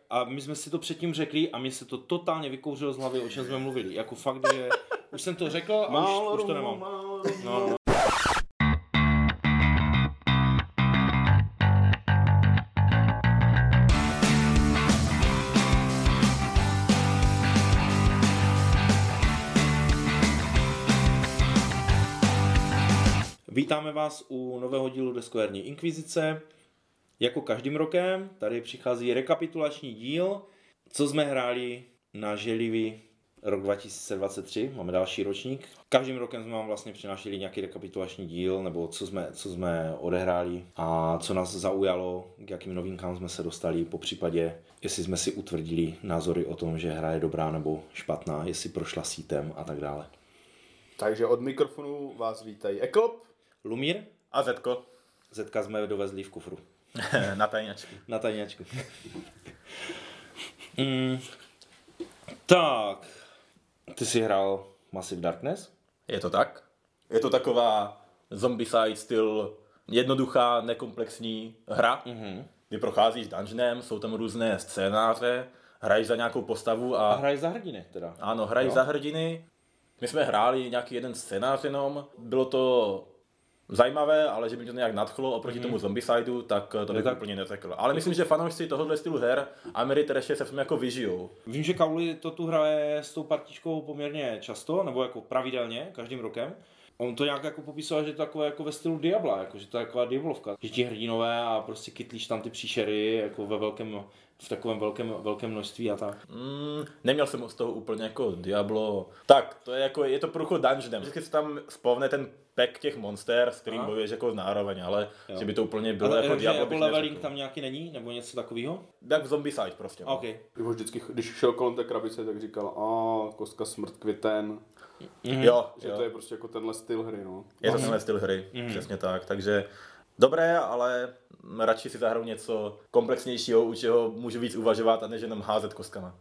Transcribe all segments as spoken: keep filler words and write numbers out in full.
a my jsme si to předtím řekli a mě se to totálně vykouřilo z hlavy, o čem jsme mluvili. Jako fakt, že už jsem to řekl a už, už to nemám. No, no. Vítáme vás u nového dílu Deskoherní inkvizice. Jako každým rokem tady přichází rekapitulační díl, co jsme hráli na želivý rok dva tisíce dvacet tři, máme další ročník. Každým rokem jsme vám vlastně přinášeli nějaký rekapitulační díl, nebo co jsme, co jsme odehráli a co nás zaujalo, k jakým novinkám jsme se dostali, po případě, jestli jsme si utvrdili názory o tom, že hra je dobrá nebo špatná, jestli prošla sítem a tak dále. Takže od mikrofonu vás vítají Eklop, Lumír a Zetko. Zetka jsme dovezli v kufru. Na tajňačku. Na tajňačku. mm, tak, ty jsi hrál Massive Darkness? Je to tak. Je to taková zombicide styl, jednoduchá, nekomplexní hra, mm-hmm. kdy procházíš dungeonem, jsou tam různé scénáře, hraješ za nějakou postavu a... A hraješ za hrdiny teda. Ano, hraješ no. za hrdiny. My jsme hráli nějaký jeden scénář jenom, bylo to zajímavé, ale že by to nějak nadchlo oproti mm. tomu Zombicideu, tak to bych tak úplně neřekl. Ale myslím, že fanoušci tohohle stylu her Ameritraše se v tom jako vyžijou. Vím, že Kauli to tu hraje s tou partičkou poměrně často, nebo jako pravidelně, každým rokem. On to nějak jako popisoval, že to takové jako ve stylu Diabla, jako že to je taková Diablovka. Že ti hrdinové a prostě kytlíš tam ty příšery jako ve velkém, v takovém velkém, velkém množství a tak. Mm, neměl jsem z toho úplně jako Diablo. Tak, to je jako, je to průchod dungeonem. Vždycky se tam spavne ten pack těch monster, s kterým bojuješ jako nároveň, ale jo. Že by to úplně bylo ale, jako Diablo. Ale leveling tam nějaký není, nebo něco takového? Jak v Zombicide prostě. Okay. Už vždycky, když šel kolem té krabice, tak říkal, a kostka smrt květen. Mm-hmm. Jo, že jo. to je prostě jako tenhle styl hry, no. Je to tenhle styl hry, mm-hmm. přesně tak, takže dobré, ale radši si zahraju něco komplexnějšího, u čeho můžu víc uvažovat a než jenom házet kostkama.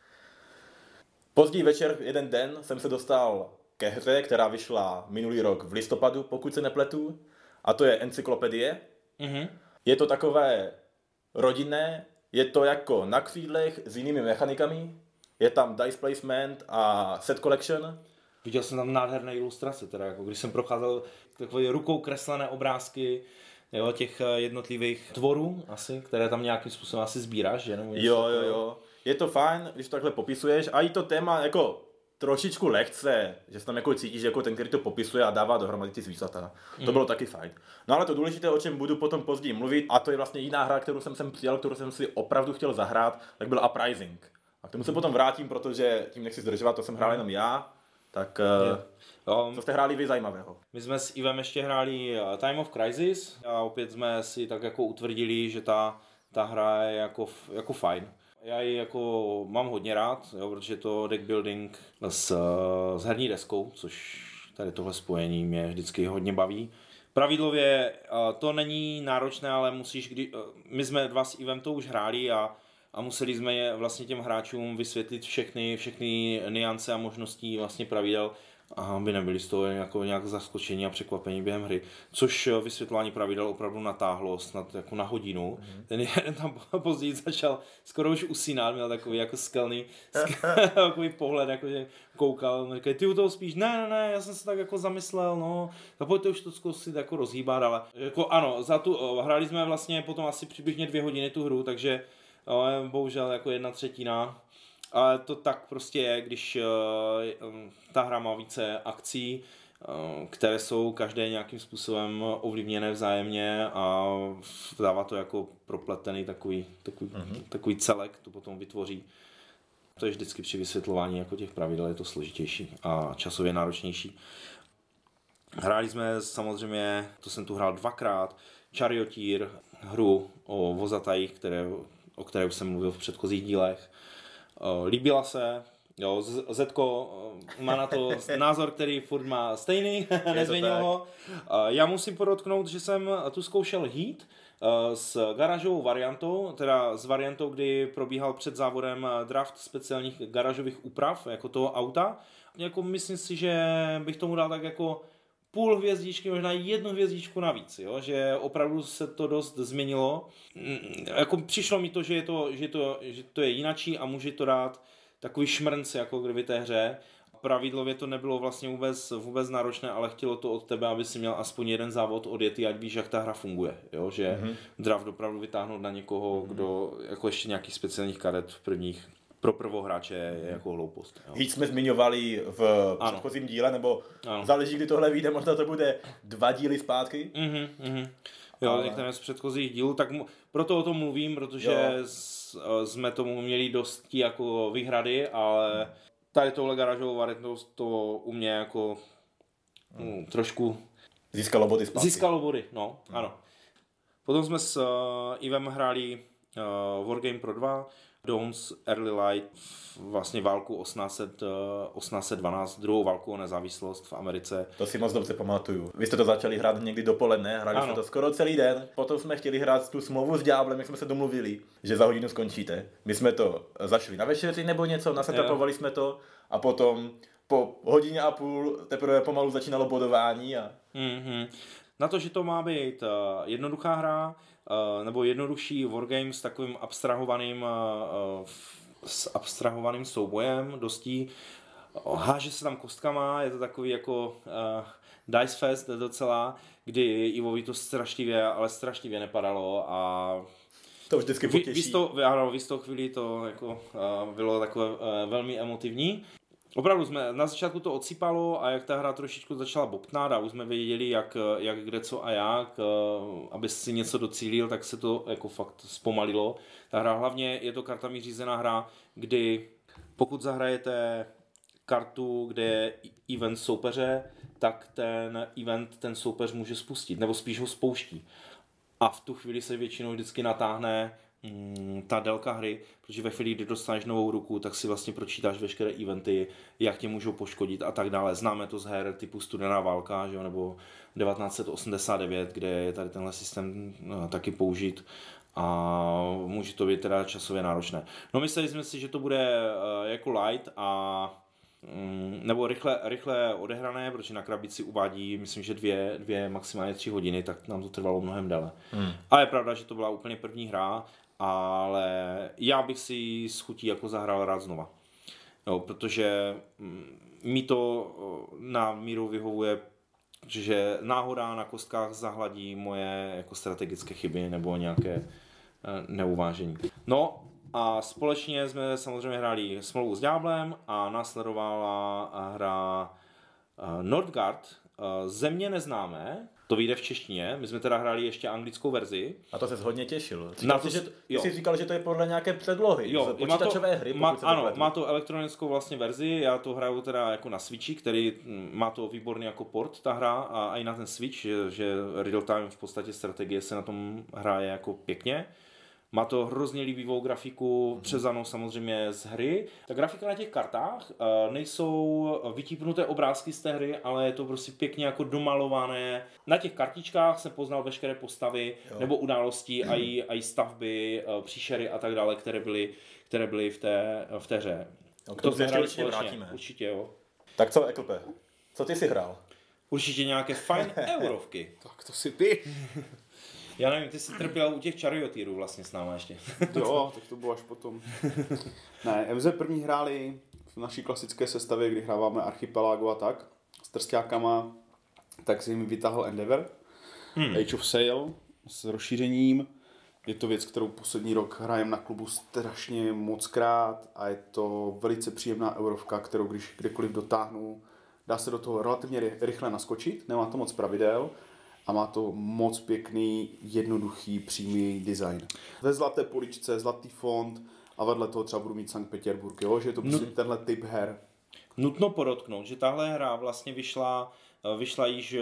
Později večer, jeden den, jsem se dostal ke hře, která vyšla minulý rok v listopadu, pokud se nepletu, a to je Encyklopedie. Mm-hmm. Je to takové rodinné, je to jako na křídlech s jinými mechanikami, je tam dice placement a set collection. Viděl jsem tam nádherné ilustrace, teda jako když jsem procházel takové rukou kreslené obrázky, jo, těch jednotlivých tvorů asi, které tam nějakým způsobem asi sbíráš, že? Nebo jo, jo, jo. Je to fajn, když to takhle popisuješ a i to téma jako trošičku lehce, že se tam jako cítíš jako ten, který to popisuje a dává dohromady ty zvířata. Mm. To bylo taky fajn. No ale to důležité, o čem budu potom později mluvit, a to je vlastně jiná hra, kterou jsem sem přijal, kterou jsem si opravdu chtěl zahrát, tak byl Uprising. A k tomu se potom vrátím, protože tím nechci zdržovat, to jsem hrál jenom já. Tak um, co jste hráli vy zajímavého? My jsme s Ivem ještě hráli Time of Crisis a opět jsme si tak jako utvrdili, že ta, ta hra je jako, jako fajn. Já ji jako mám hodně rád, jo, protože to deck building s, s herní deskou, což tady tohle spojení mě vždycky hodně baví. Pravidlově to není náročné, ale musíš, kdy, my jsme dva s Ivem to už hráli a A museli jsme je vlastně těm hráčům vysvětlit všechny, všechny niance a možností vlastně pravidel, aby nebyli z toho jako nějak zaskočení a překvapení během hry. Což vysvětlování pravidel opravdu natáhlo snad jako na hodinu. Mm-hmm. Ten jeden tam později začal skoro už usínat, měl takový jako skelný, takový pohled, jako že koukal. Říkal, ty u toho spíš? Ne, ne, ne, já jsem se tak jako zamyslel, no. Tak pojďte už to zkusit jako rozhýbat, ale jako ano, za tu, hráli jsme vlastně potom asi přibližně dvě hodiny tu hru, takže ale bohužel jako jedna třetina, ale to tak prostě je, když uh, ta hra má více akcí, uh, které jsou každé nějakým způsobem ovlivněné vzájemně a dává to jako propletený takový, takový, mm-hmm. takový celek, to potom vytvoří. To je vždycky při vysvětlování jako těch pravidel je to složitější a časově náročnější. Hráli jsme samozřejmě, to jsem tu hrál dvakrát, Charioteer, hru o vozatajích, které o které už jsem mluvil v předchozích dílech. Líbila se, jo, Zetko má na to názor, který furt má stejný, nezměnil ho. Já musím podotknout, že jsem tu zkoušel Heat s garážovou variantou, teda s variantou, kdy probíhal před závodem draft speciálních garážových úprav, jako toho auta. Jako myslím si, že bych tomu dal tak jako půl hvězdičky, možná jednu hvězdičku navíc, jo? Že opravdu se to dost změnilo. Jako přišlo mi to, že je to, že to, že to je jinačí a může to dát takový šmrnc jako kdyby té hře. Pravidlově to nebylo vlastně vůbec, vůbec náročné, ale chtělo to od tebe, aby si měl aspoň jeden závod odjetý, ať víš, jak ta hra funguje. Jo? Že mm-hmm. draft opravdu vytáhnout na někoho, mm-hmm. kdo jako ještě nějakých speciálních karet v prvních pro prvohráče je jako hloupost. Jo. Víc jsme zmiňovali v ano. předchozím díle, nebo ano. záleží, kdy tohle vyjde, možná to bude dva díly zpátky. Mm-hmm, mm-hmm. Jo, ale... některé z předchozích dílů, tak mu, proto o tom mluvím, protože z, jsme tomu měli dosti jako výhrady, ale tady tohle garážovou variantou to u mě jako hmm. no, trošku získalo body zpátky. Získalo body, no, hmm. ano. Potom jsme s uh, Ivem hráli uh, Wargame Pro dva, Dawn's Early Light, vlastně válku osmnáct set dvanáct, druhou válku o nezávislost v Americe. To si moc dobře pamatuju. Vy jste to začali hrát někdy dopoledne, hráli ano. jste to skoro celý den, potom jsme chtěli hrát tu smlouvu s ďáblem, jak jsme se domluvili, že za hodinu skončíte. My jsme to zašli na večeři nebo něco, nasetapovali jsme to a potom po hodině a půl teprve pomalu začínalo bodování. A... Mm-hmm. Na to, že to má být uh, jednoduchá hra, uh, nebo jednodušší wargame s takovým abstrahovaným, uh, s abstrahovaným soubojem, dostí uh, háže se tam kostkama, je to takový jako uh, Dice Fest docela, kdy Ivovi to strašlivě, ale strašlivě nepadalo a to vždycky potěší. Vy, vy, z toho, ano, vy z toho chvíli to jako, uh, bylo takové uh, velmi emotivní. Opravdu jsme, na začátku to odsypalo a jak ta hra trošičku začala bobtnát a už jsme věděli, jak, jak kde co a jak, aby si něco docílil, tak se to jako fakt zpomalilo. Ta hra hlavně je to kartami řízená hra, kdy pokud zahrajete kartu, kde je event soupeře, tak ten event ten soupeř může spustit, nebo spíš ho spouští. A v tu chvíli se většinou vždycky natáhne ta délka hry, protože ve chvíli, kdy dostaneš novou ruku, tak si vlastně pročítáš veškeré eventy, jak tě můžou poškodit a tak dále. Známe to z her typu Studená válka, že jo, nebo devatenáct set osmdesát devět, kde je tady tenhle systém no, taky použit a může to být teda časově náročné. No mysleli jsme si, že to bude uh, jako light a nebo rychle, rychle odehrané, protože na krabici uvádí, myslím, že dvě, dvě maximálně tři hodiny, tak nám to trvalo mnohem déle. Hmm. Ale je pravda, že to byla úplně první hra, ale já bych si s chutí jako zahrál rád znova. Jo, protože mi to na míru vyhovuje, že náhoda na kostkách zahladí moje jako strategické chyby nebo nějaké neuvážení. No, a společně jsme samozřejmě hráli Smlouvu s ďáblem a následovala hra Nordgard, Země neznámé, to vyjde v češtině, my jsme teda hráli ještě anglickou verzi. A to se hodně těšil. Říkal to, jsi, že, jsi říkal, že to je podle nějaké předlohy, jo, počítačové má to, hry. Má, ano, má to elektronickou vlastně verzi, já to hraju teda jako na Switchi, který má to výborný jako port, ta hra, a i na ten Switch, že, že real time v podstatě strategie se na tom hraje jako pěkně. Má to hrozně líbivou grafiku, přezanou samozřejmě z hry. Ta grafika na těch kartách uh, nejsou vytípnuté obrázky z té hry, ale je to prostě pěkně jako domalované. Na těch kartičkách jsem poznal veškeré postavy, jo. nebo události, a i, a i stavby, uh, příšery a tak dále, které byly, které byly v té, v té hře. No, to se ještě vrátíme. Určitě, jo. Tak co, Eklepe, co ty jsi hrál? Určitě nějaké fajn eurovky. Tak to si ty. Já nevím, ty jsi trpěl u těch čariotýrů vlastně s náma ještě. Jo, tak to bylo až potom. Ne, M Z první hráli v naší klasické sestavě, kdy hráváme Archipelago a tak, s trsťákama, tak si mi vytáhl Endeavor, hmm. Age of Sail s rozšířením. Je to věc, kterou poslední rok hrajem na klubu strašně mockrát a je to velice příjemná eurovka, kterou když kdekoliv dotáhnu, dá se do toho relativně rychle naskočit, nemá to moc pravidel. A má to moc pěkný, jednoduchý, přímý design. Ve zlaté poličce, zlatý fond a vedle toho třeba budu mít Sankt Petersburg, jo? Že je to prostě no, tenhle typ her. Nutno podotknout, že tahle hra vlastně vyšla, vyšla již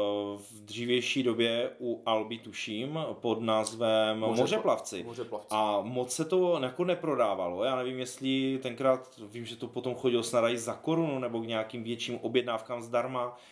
v dřívější době u Alby, tuším, pod názvem Moře, Mořeplavci. Mořeplavci. A moc se to jako neprodávalo. Já nevím, jestli tenkrát, vím, že to potom chodilo snad i za korunu nebo k nějakým větším objednávkám zdarma.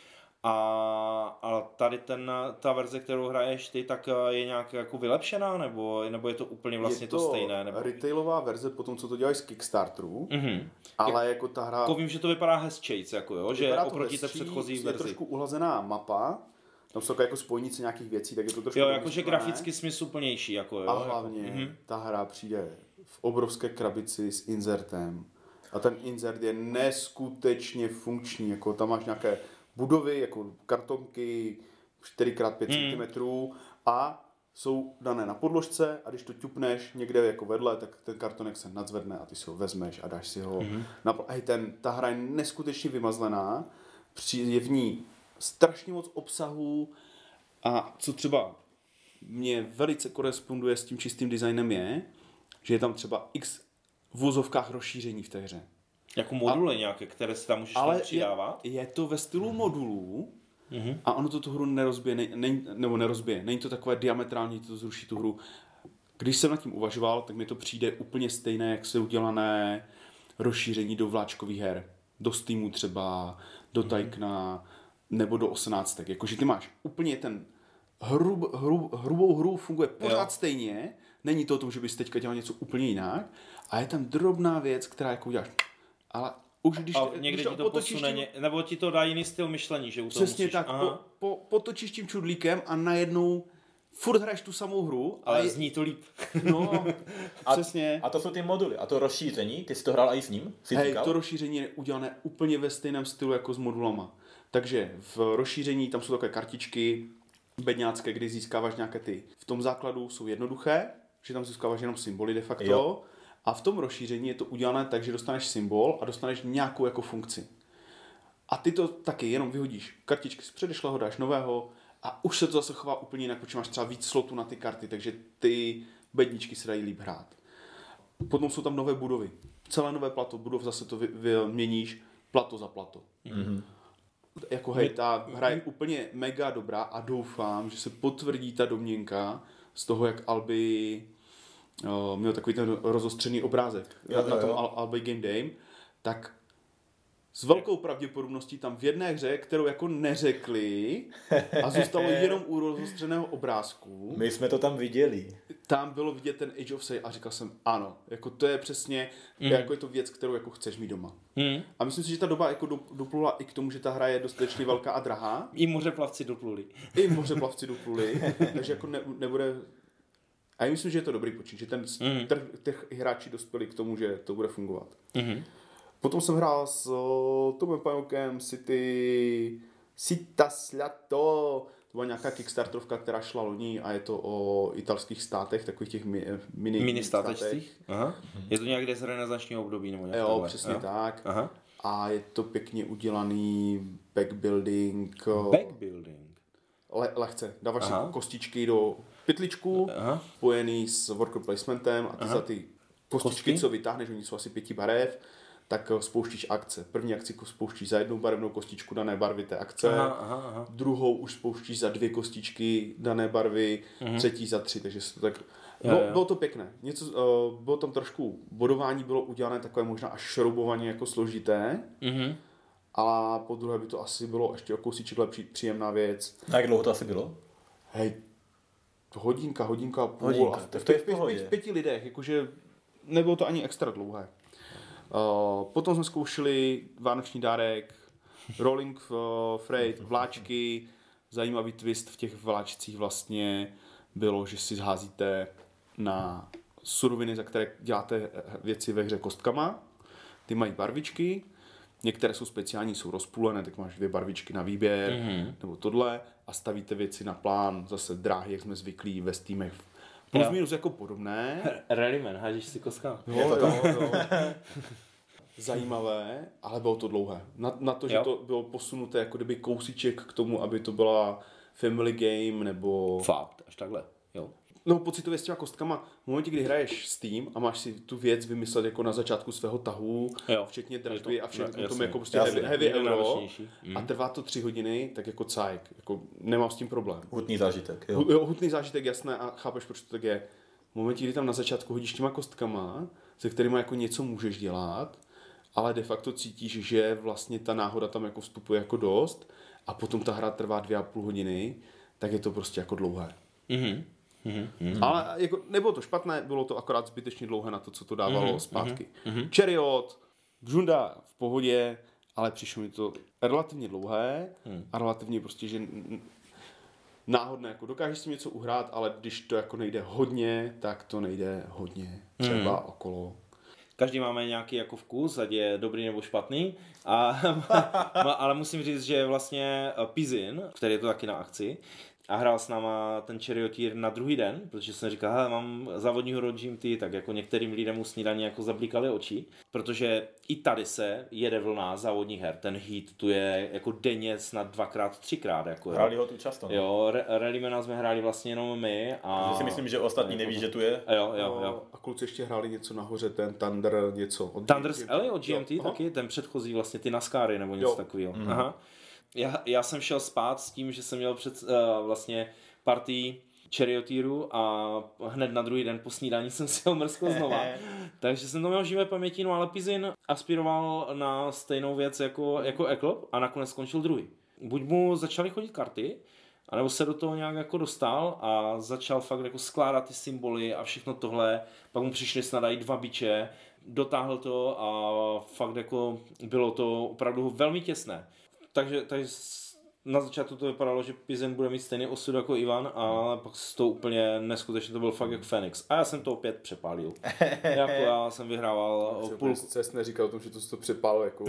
A, a tady ten, ta verze, kterou hraješ ty, tak je nějak jako vylepšená, nebo, nebo je to úplně vlastně je to, to stejné? Nebo... retailová verze po tom, co to dělají z Kickstarteru, mm-hmm. ale Jak, jako ta hra... Jako vím, že to vypadá hezčejc, jako jo, že oproti té předchozí je verzi. Je trošku uhlazená mapa, tam jsou jako spojnice nějakých věcí, tak je to trošku... Jo, jakože graficky smysluplnější, jako jo. A hlavně jako, mm-hmm. ta hra přijde v obrovské krabici s inzertem. A ten insert je neskutečně funkční, jako tam máš nějaké budovy, jako kartonky čtyři krát pět hmm. centimetrů a jsou dané na podložce a když to ťupneš někde jako vedle, tak ten kartonek se nadzvedne a ty si ho vezmeš a dáš si ho. Hmm. Na, a ten, ta hra je neskutečně vymazlená, je v ní strašně moc obsahu a co třeba mě velice koresponduje s tím čistým designem je, že je tam třeba x v vozovkách rozšíření v té hře. Jako moduly a, nějaké, které si tam můžeš tam přidávat? Je, je to ve stylu modulů mm-hmm. a ono to tu hru nerozbije, ne, ne, nebo nerozbije. Není to takové diametrální, to zruší tu hru. Když jsem nad tím uvažoval, tak mi to přijde úplně stejné, jak se udělané rozšíření do vláčkových her. Do Steamu třeba, do mm-hmm. Tykna, nebo do osmnáctek. Jakože ty máš úplně ten hrub, hrub, hrubou hru, funguje pořád jo. stejně, není to o tom, že bys teďka dělal něco úplně jinak a je tam drobná věc, která jako uděláš. Ale už když... A někdy když ti to posune, tím, nebo ti to dá jiný styl myšlení, že u toho přesně musíš... tak, po, po, potočíš tím čudlíkem a najednou furt hraješ tu samou hru. Ale je, zní to líp. No, a, přesně. A to jsou ty moduly. A to rozšíření, ty jsi to hrál i s ním? Hej, to rozšíření je udělané úplně ve stejném stylu jako s modulama. Takže v rozšíření tam jsou takové kartičky bedňácké, kdy získáváš nějaké ty. V tom základu jsou jednoduché, že tam získáváš jenom symboly de facto. Jo. A v tom rozšíření je to udělané tak, že dostaneš symbol a dostaneš nějakou jako funkci. A ty to taky jenom vyhodíš. Kartičky z předešlého dáš nového a už se to zase chová úplně jinak, protože máš třeba víc slotů na ty karty, takže ty bedničky se dají líp hrát. Potom jsou tam nové budovy. Celé nové plato budov, zase to vyměníš plato za plato. Mm-hmm. Jako hej, ta hra je úplně mega dobrá a doufám, že se potvrdí ta domněnka z toho, jak Albi uh, měl takový ten rozostřený obrázek jo, na, na tom Al- Albi Game Day, tak s velkou pravděpodobností tam v jedné hře, kterou jako neřekli a zůstalo jenom u rozostřeného obrázku. My jsme to tam viděli. Tam bylo vidět ten Age of Say a říkal jsem ano, jako to je přesně, mm. jako je to věc, kterou jako chceš mít doma. Mm. A myslím si, že ta doba jako doplula i k tomu, že ta hra je dostatečně velká a drahá. I mořeplavci dopluli. I mořeplavci dopluli, takže jako ne, nebude... A já myslím, že je to dobrý počin, že ten mm. trh, těch hráči dospěli k tomu, že to bude fungovat. Mm. Potom jsem hrál s uh, Tomem Pajokem City Città Slato. To byla nějaká kickstarterovka, která šla loni a je to o italských státech, takových těch mi, mini, mini státečcích. Aha. Je to nějak z renesančního období nebo nějak Jo, tohle. přesně jo. tak. Aha. A je to pěkně udělaný backbuilding. Backbuilding? Le, lehce. Dáváš si kostičky do pytličku, Aha. spojený s worker placementem a ty Aha. za ty kostičky, Kostky? co vytáhneš, oni jsou asi pěti barev, tak spouštíš akce. První akci spouštíš za jednou barevnou kostičku dané barvy té akce, aha, aha, aha. druhou už spouštíš za dvě kostičky dané barvy, mhm. třetí za tři, takže to tak... Jo, bylo, jo. bylo to pěkné. Něco, uh, bylo tam trošku, bodování bylo udělané takové možná až šroubovaně jako složité, mhm. ale po druhé by to asi bylo ještě o kousíček lepší, příjemná věc. A jak dlouho to asi bylo? Hej, hodinka, hodinka a půl. Hodinka, a v, to, v, to je v pět, pohodě. pět, pěti lidech, jakože nebylo to ani extra dlouhé. Uh, potom jsme zkoušeli vánoční dárek, rolling uh, freight, vláčky. Zajímavý twist v těch vláčcích vlastně bylo, že si zházíte na suroviny, za které děláte věci ve hře kostkama. Ty mají barvičky, některé jsou speciální, jsou rozpůlené, tak máš dvě barvičky na výběr, mm-hmm. nebo tohle a stavíte věci na plán, zase dráhy, jak jsme zvyklí ve Steamech. Plus jo. minus jako podobné. Rallyman, hážeš si kostka. Jo, jo, jo. Zajímavé, ale bylo to dlouhé. Na, na to, že jo. to bylo posunuté jako kdyby kousíček k tomu, aby to byla family game, nebo... Fakt, až takhle, jo. No pocitově s těma kostkama, v momentě, kdy hraješ Steam a máš si tu věc vymyslet jako na začátku svého tahu, jo. včetně dražby a všechno no, tom jako prostě jasný, heavy, heavy euro mm. a trvá to tři hodiny, tak jako cajk, jako nemám s tím problém. Hutný zážitek, jo. H- jo, hutný zážitek, jasné a chápeš, proč to tak je. V momentě, kdy tam na začátku hodíš těma kostkama, se kterými jako něco můžeš dělat, ale de facto cítíš, že vlastně ta náhoda tam jako vstupuje jako dost a potom ta hra trvá dvě a půl hodiny, tak je to prostě jako dlouhé. Mm-hmm. Mm-hmm. Ale jako, nebylo to špatné, bylo to akorát zbytečně dlouhé na to, co to dávalo mm-hmm. zpátky. Mm-hmm. Chariot, Žunda v pohodě, ale přišlo mi to relativně dlouhé mm. a relativně prostě, že náhodné, jako dokážeš si něco uhrát, ale když to jako nejde hodně, tak to nejde hodně, třeba mm. okolo. Každý máme nějaký jako vkus, ať je dobrý nebo špatný, a, ale musím říct, že vlastně Pizin, který je to taky na akci, a hrál s náma ten Charioteer na druhý den, protože jsem říkal, hele, mám závodního road G M T, tak jako některým lidem u snídaní jako zablíkaly oči, protože i tady se jede vlna závodních her, ten Heat tu je jako denně snad dvakrát, třikrát. Jako, hráli ho tu často. No? Jo, Rallymana jsme hráli vlastně jenom my. A já si myslím, že ostatní jako, neví, že tu je. Jo, jo, jo. A kluci ještě hráli něco nahoře, ten Thunder, něco od Thunder z L A od G M T jo, taky, aha. Ten předchozí vlastně ty NASCARy nebo něco takového. Mm. Aha. Já, já jsem šel spát s tím, že jsem měl před uh, vlastně partii Charioteeru a hned na druhý den po snídání jsem si ho mrskl znova. Takže jsem to měl živé paměti, no ale Pizin aspiroval na stejnou věc jako, jako Eklop a nakonec skončil druhý. Buď mu začaly chodit karty, anebo se do toho nějak jako dostal a začal fakt jako skládat ty symboly a všechno tohle. Pak mu přišli snad i dva biče, dotáhl to a fakt jako bylo to opravdu velmi těsné. Takže, takže na začátku to vypadalo, že Pizin bude mít stejný osud jako Ivan, ale pak to úplně neskutečně, to byl fakt jak Fenix. A já jsem to opět přepálil. Jako já jsem vyhrával no, půl... Cest neříkal o tom, že to to přepálil, jako...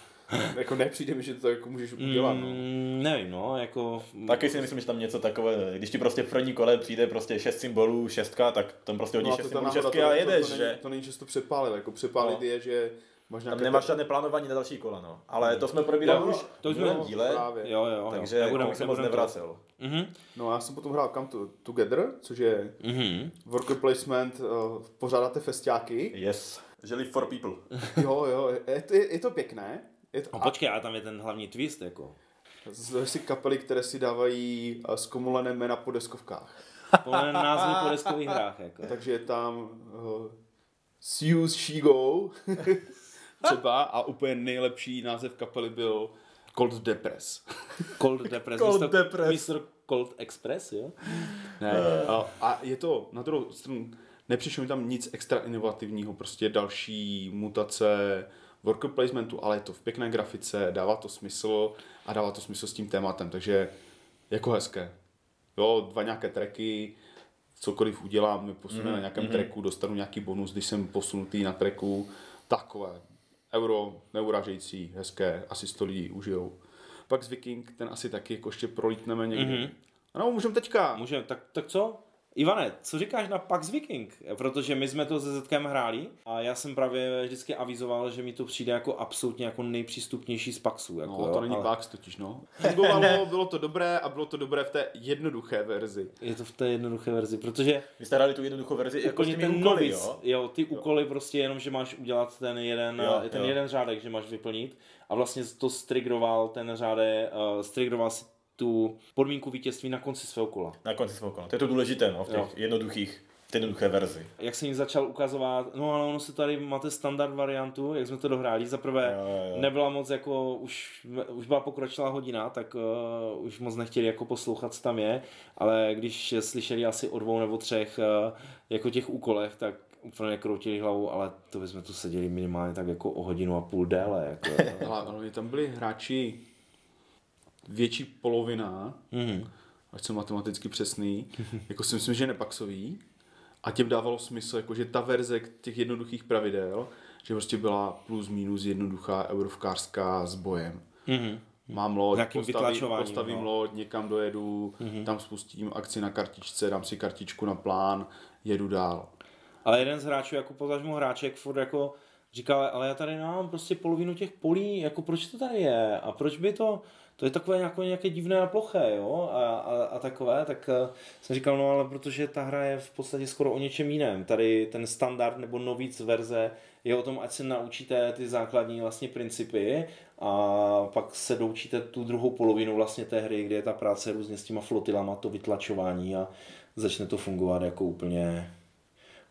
jako nepřijde mi, že to jako můžeš udělat, no. Mm, nevím, no, jako... Taky si myslím, že tam něco takové, když ti prostě v první kole přijde prostě šest symbolů, šestka, tak tam prostě hodíš no šest symbolů, šestky a jedeš, to, to, že? Není, to není, že jsi to přepálil, jako přepálit no. je, že... Tam nemáš žádné plánování na další kola, no. Ale to jsme probírali už to v minulém díle, jo, jo, takže jo. Nebudem, se moc nevracel. Mm-hmm. No já jsem potom hrál Come to, Together, což je mm-hmm. worker placement, uh, pořádáte festiáky. Yes, že live for people. Jo, jo, je to, je, je to pěkné. Je to, no počkej, ale tam je ten hlavní twist, jako. Zvaž si kapely, které si dávají uh, zkomolené jména po deskovkách. Podle názvy po deskových hrách, jako. Takže je tam uh, Seus Shigo. Třeba a úplně nejlepší název kapely byl Cold Depress. Cold Depress. Cold Depress. místo Cold Express, jo? Ne. A, a je to, na druhou stranu, nepřišlo mi tam nic extra inovativního, prostě další mutace worker placementu, ale je to v pěkné grafice, dává to smysl a dává to smysl s tím tématem, takže jako hezké. Jo, dva nějaké tracky, cokoliv udělám, mi posune mm, na nějakém mm. tracku, dostanu nějaký bonus, když jsem posunutý na tracku, takové. Euro, neuražející, hezké, asi sto lidí užijou. Pak z Viking, ten asi taky jako ještě prolítneme někdy. Mm-hmm. Ano, můžeme teďka. Můžeme, tak, tak co? Ivane, co říkáš na Pax Viking? Protože my jsme to se Zetkem hráli a já jsem právě vždycky avizoval, že mi to přijde jako absolutně jako nejpřístupnější z Paxu. Jako, no, to není ale... Pax totiž, no. Fungovalo, bylo to dobré a bylo to dobré v té jednoduché verzi. Je to v té jednoduché verzi, protože... Vy jste hráli tu jednoduchou verzi jako s těmi ten úkoly, novic, jo? Jo, ty úkoly jo. Prostě jenom, že máš udělat ten jeden, jo, ten jo. jeden řádek, že máš vyplnit a vlastně to strigroval ten řádek, uh, strigroval si tu podmínku vítězství na konci svého kola. Na konci svého kola. To je to důležité, no, v těch jo. jednoduchých, té jednoduché verzi. Jak jsem jim začal ukazovat, no ale ono se tady máte standard variantu, jak jsme to dohráli. Za prvé jo, jo. nebyla moc jako, už, už byla pokročilá hodina, tak uh, už moc nechtěli jako poslouchat, co tam je, ale když slyšeli asi o dvou nebo třech uh, jako těch úkolech, tak úplně kroutili hlavu, ale to bychom tu seděli minimálně tak jako o hodinu a půl déle. Jako, ale, ale tam byli hráči větší polovina, mm-hmm. ať jsem matematicky přesný, jako si myslím, že nepaxový a těm dávalo smysl, jako že ta verze těch jednoduchých pravidel, že prostě byla plus minus jednoduchá eurovkářská s bojem. Mm-hmm. Mám loď, postavím, postavím no. loď, někam dojedu, mm-hmm. tam spustím akci na kartičce, dám si kartičku na plán, jedu dál. Ale jeden z hráčů, jako potažmo hráček, furt jako říkal, ale já tady mám prostě polovinu těch polí, jako proč to tady je a proč by to, to je takové nějaké, nějaké divné a ploché, jo, a, a, a takové, tak uh, jsem říkal, no ale protože ta hra je v podstatě skoro o něčem jiném, tady ten standard nebo novíc verze je o tom, ať se naučíte ty základní vlastně principy a pak se doučíte tu druhou polovinu vlastně té hry, kde je ta práce různě s těma flotilama, to vytlačování a začne to fungovat jako úplně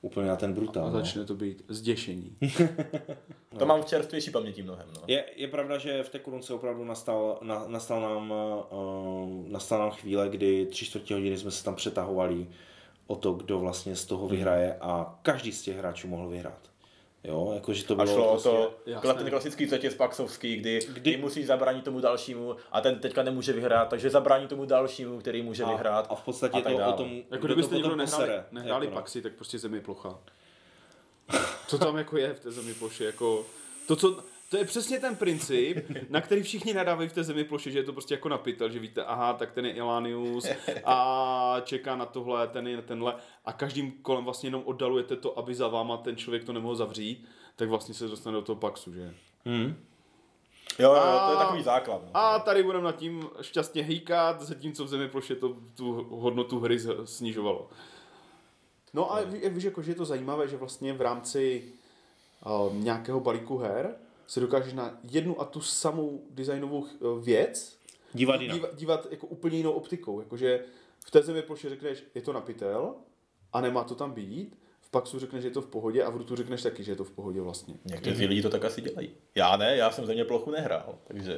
úplně na ten brutál. A začne no. to být zděšení. No. To mám v čerstvější paměti mnohem. No. Je, je pravda, že v té korunce opravdu nastal, na, nastal, nám, uh, nastal nám chvíle, kdy tři čtvrtě hodiny jsme se tam přetahovali o to, kdo vlastně z toho vyhraje a každý z těch hráčů mohl vyhrát. Jo, jakože to bylo a šlo prostě... o to, ten klasický řetěz paxovský, kdy, kdy ty musíš zabránit tomu dalšímu a ten teďka nemůže vyhrát, takže zabrání tomu dalšímu, který může a, vyhrát. A v podstatě a to o tom, jako kdybyste někdo nehráli, nehráli jako paxy, tak prostě zemi plocha. Co tam jako je v té zemi ploše, jako... To, co, to je přesně ten princip, na který všichni nadávají v té zemi ploše, že je to prostě jako na pytel, že víte, aha, tak ten je Elanius a čeká na tohle, ten je tenhle a každým kolem vlastně jenom oddalujete to, aby za váma ten člověk to nemohl zavřít, tak vlastně se dostane do toho paxu, že? Hmm. Jo, jo, to je takový základ. No. A tady budeme nad tím šťastně hýkat, zatímco v zemi ploše to tu hodnotu hry snižovalo. No a víš, jako, že je to zajímavé, že vlastně v rámci uh, nějakého balíku her se dokážeš na jednu a tu samou designovou věc dívat, dívat, dívat jako úplně jinou optikou. Jakože v té zemi ploše řekneš, je to na pytel a nemá to tam být. V Paxu řekneš, že je to v pohodě a v Rutu řekneš taky, že je to v pohodě vlastně. Někteří lidi to tak asi dělají. Já ne, já jsem země plochu nehrál, takže...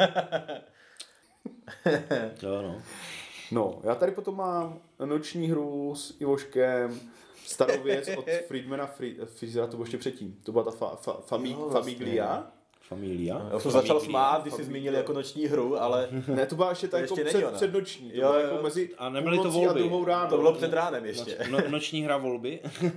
jo, no. No, já tady potom mám noční hru s Ivoškem, starou věc od Friedmana Friesera, to bylo ještě předtím. To byla ta fa, fa, fami, jo, vlastně. Familia. Familia. Já jsem začal smát, když jsi zmínil jako noční hru, ale... Ne, to byla ještě ta jako před, přednoční. To jo, byla jo. jako mezi a nebyly to volby. A druhou ráno. To bylo před ránem ještě. No, noční hra volby.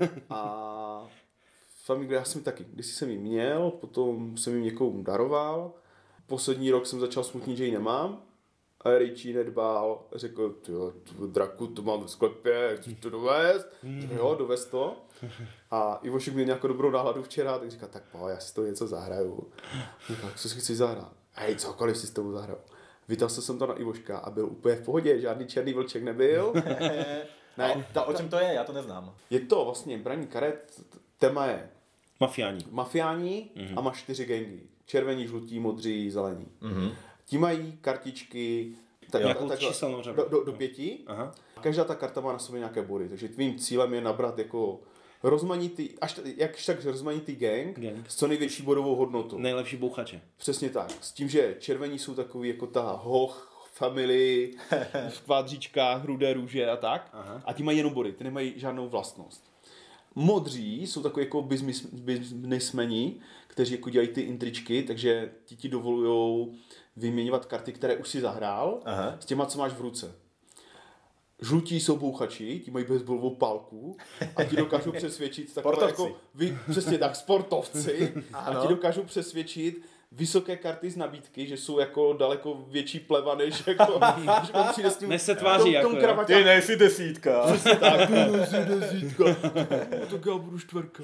A Familia, já jsem taky, když jsem ji měl, potom jsem ji někomu daroval. Poslední rok jsem začal smutnit, že ji nemám. A Richie nedbal, řekl, tyjo, draku, to mám v sklepě, chceš to dovést? Mm. Jo, dovést to. A Ivošek měl nějakou dobrou náladu včera, tak říkal, tak po, já si to něco zahraju. Říkal, co si chci zahrát? Hej, cokoliv si s tebou zahraju. Vytal jsem to na Ivoška a byl úplně v pohodě, žádný černý vlček nebyl. Ne, ta, o čem to je, já to neznám. Je to vlastně braní karet, téma je mafiáni. Mafiáni mm-hmm. a má čtyři gangy. Červení, žlutí, modří, zelení. Mm-hmm. Ti mají kartičky tak, nějakou tak, číselnou řadu. Do, do, do pěti. Aha. Každá ta karta má na sobě nějaké body, takže tvým cílem je nabrat jako rozmanitý, až jakž tak rozmanitý gang, gang s co největší bodovou hodnotou. Nejlepší bouchače. Přesně tak. S tím, že červení jsou takový jako ta hoch, family, v kvádříčkách, rudé růže a tak. Aha. A ti mají jenom body, ty nemají žádnou vlastnost. Modří jsou takový jako businessmeni, kteří jako dělají ty intričky, takže ti ti dovolujou vyměňovat karty, které už si zahrál, aha, s těma, co máš v ruce. Žlutí jsou bouchači, ti mají baseballovou pálku a ti dokážou přesvědčit takové jako, vy, přesně tak, sportovci, a ti dokážou přesvědčit vysoké karty z nabídky, že jsou jako daleko větší pleva, než jako, že on přijde s tím, než se tváří tom, tom jako, ty nejsi desítka. Přesně tak, ty nejsi desítka. No tak já budu čtvrka.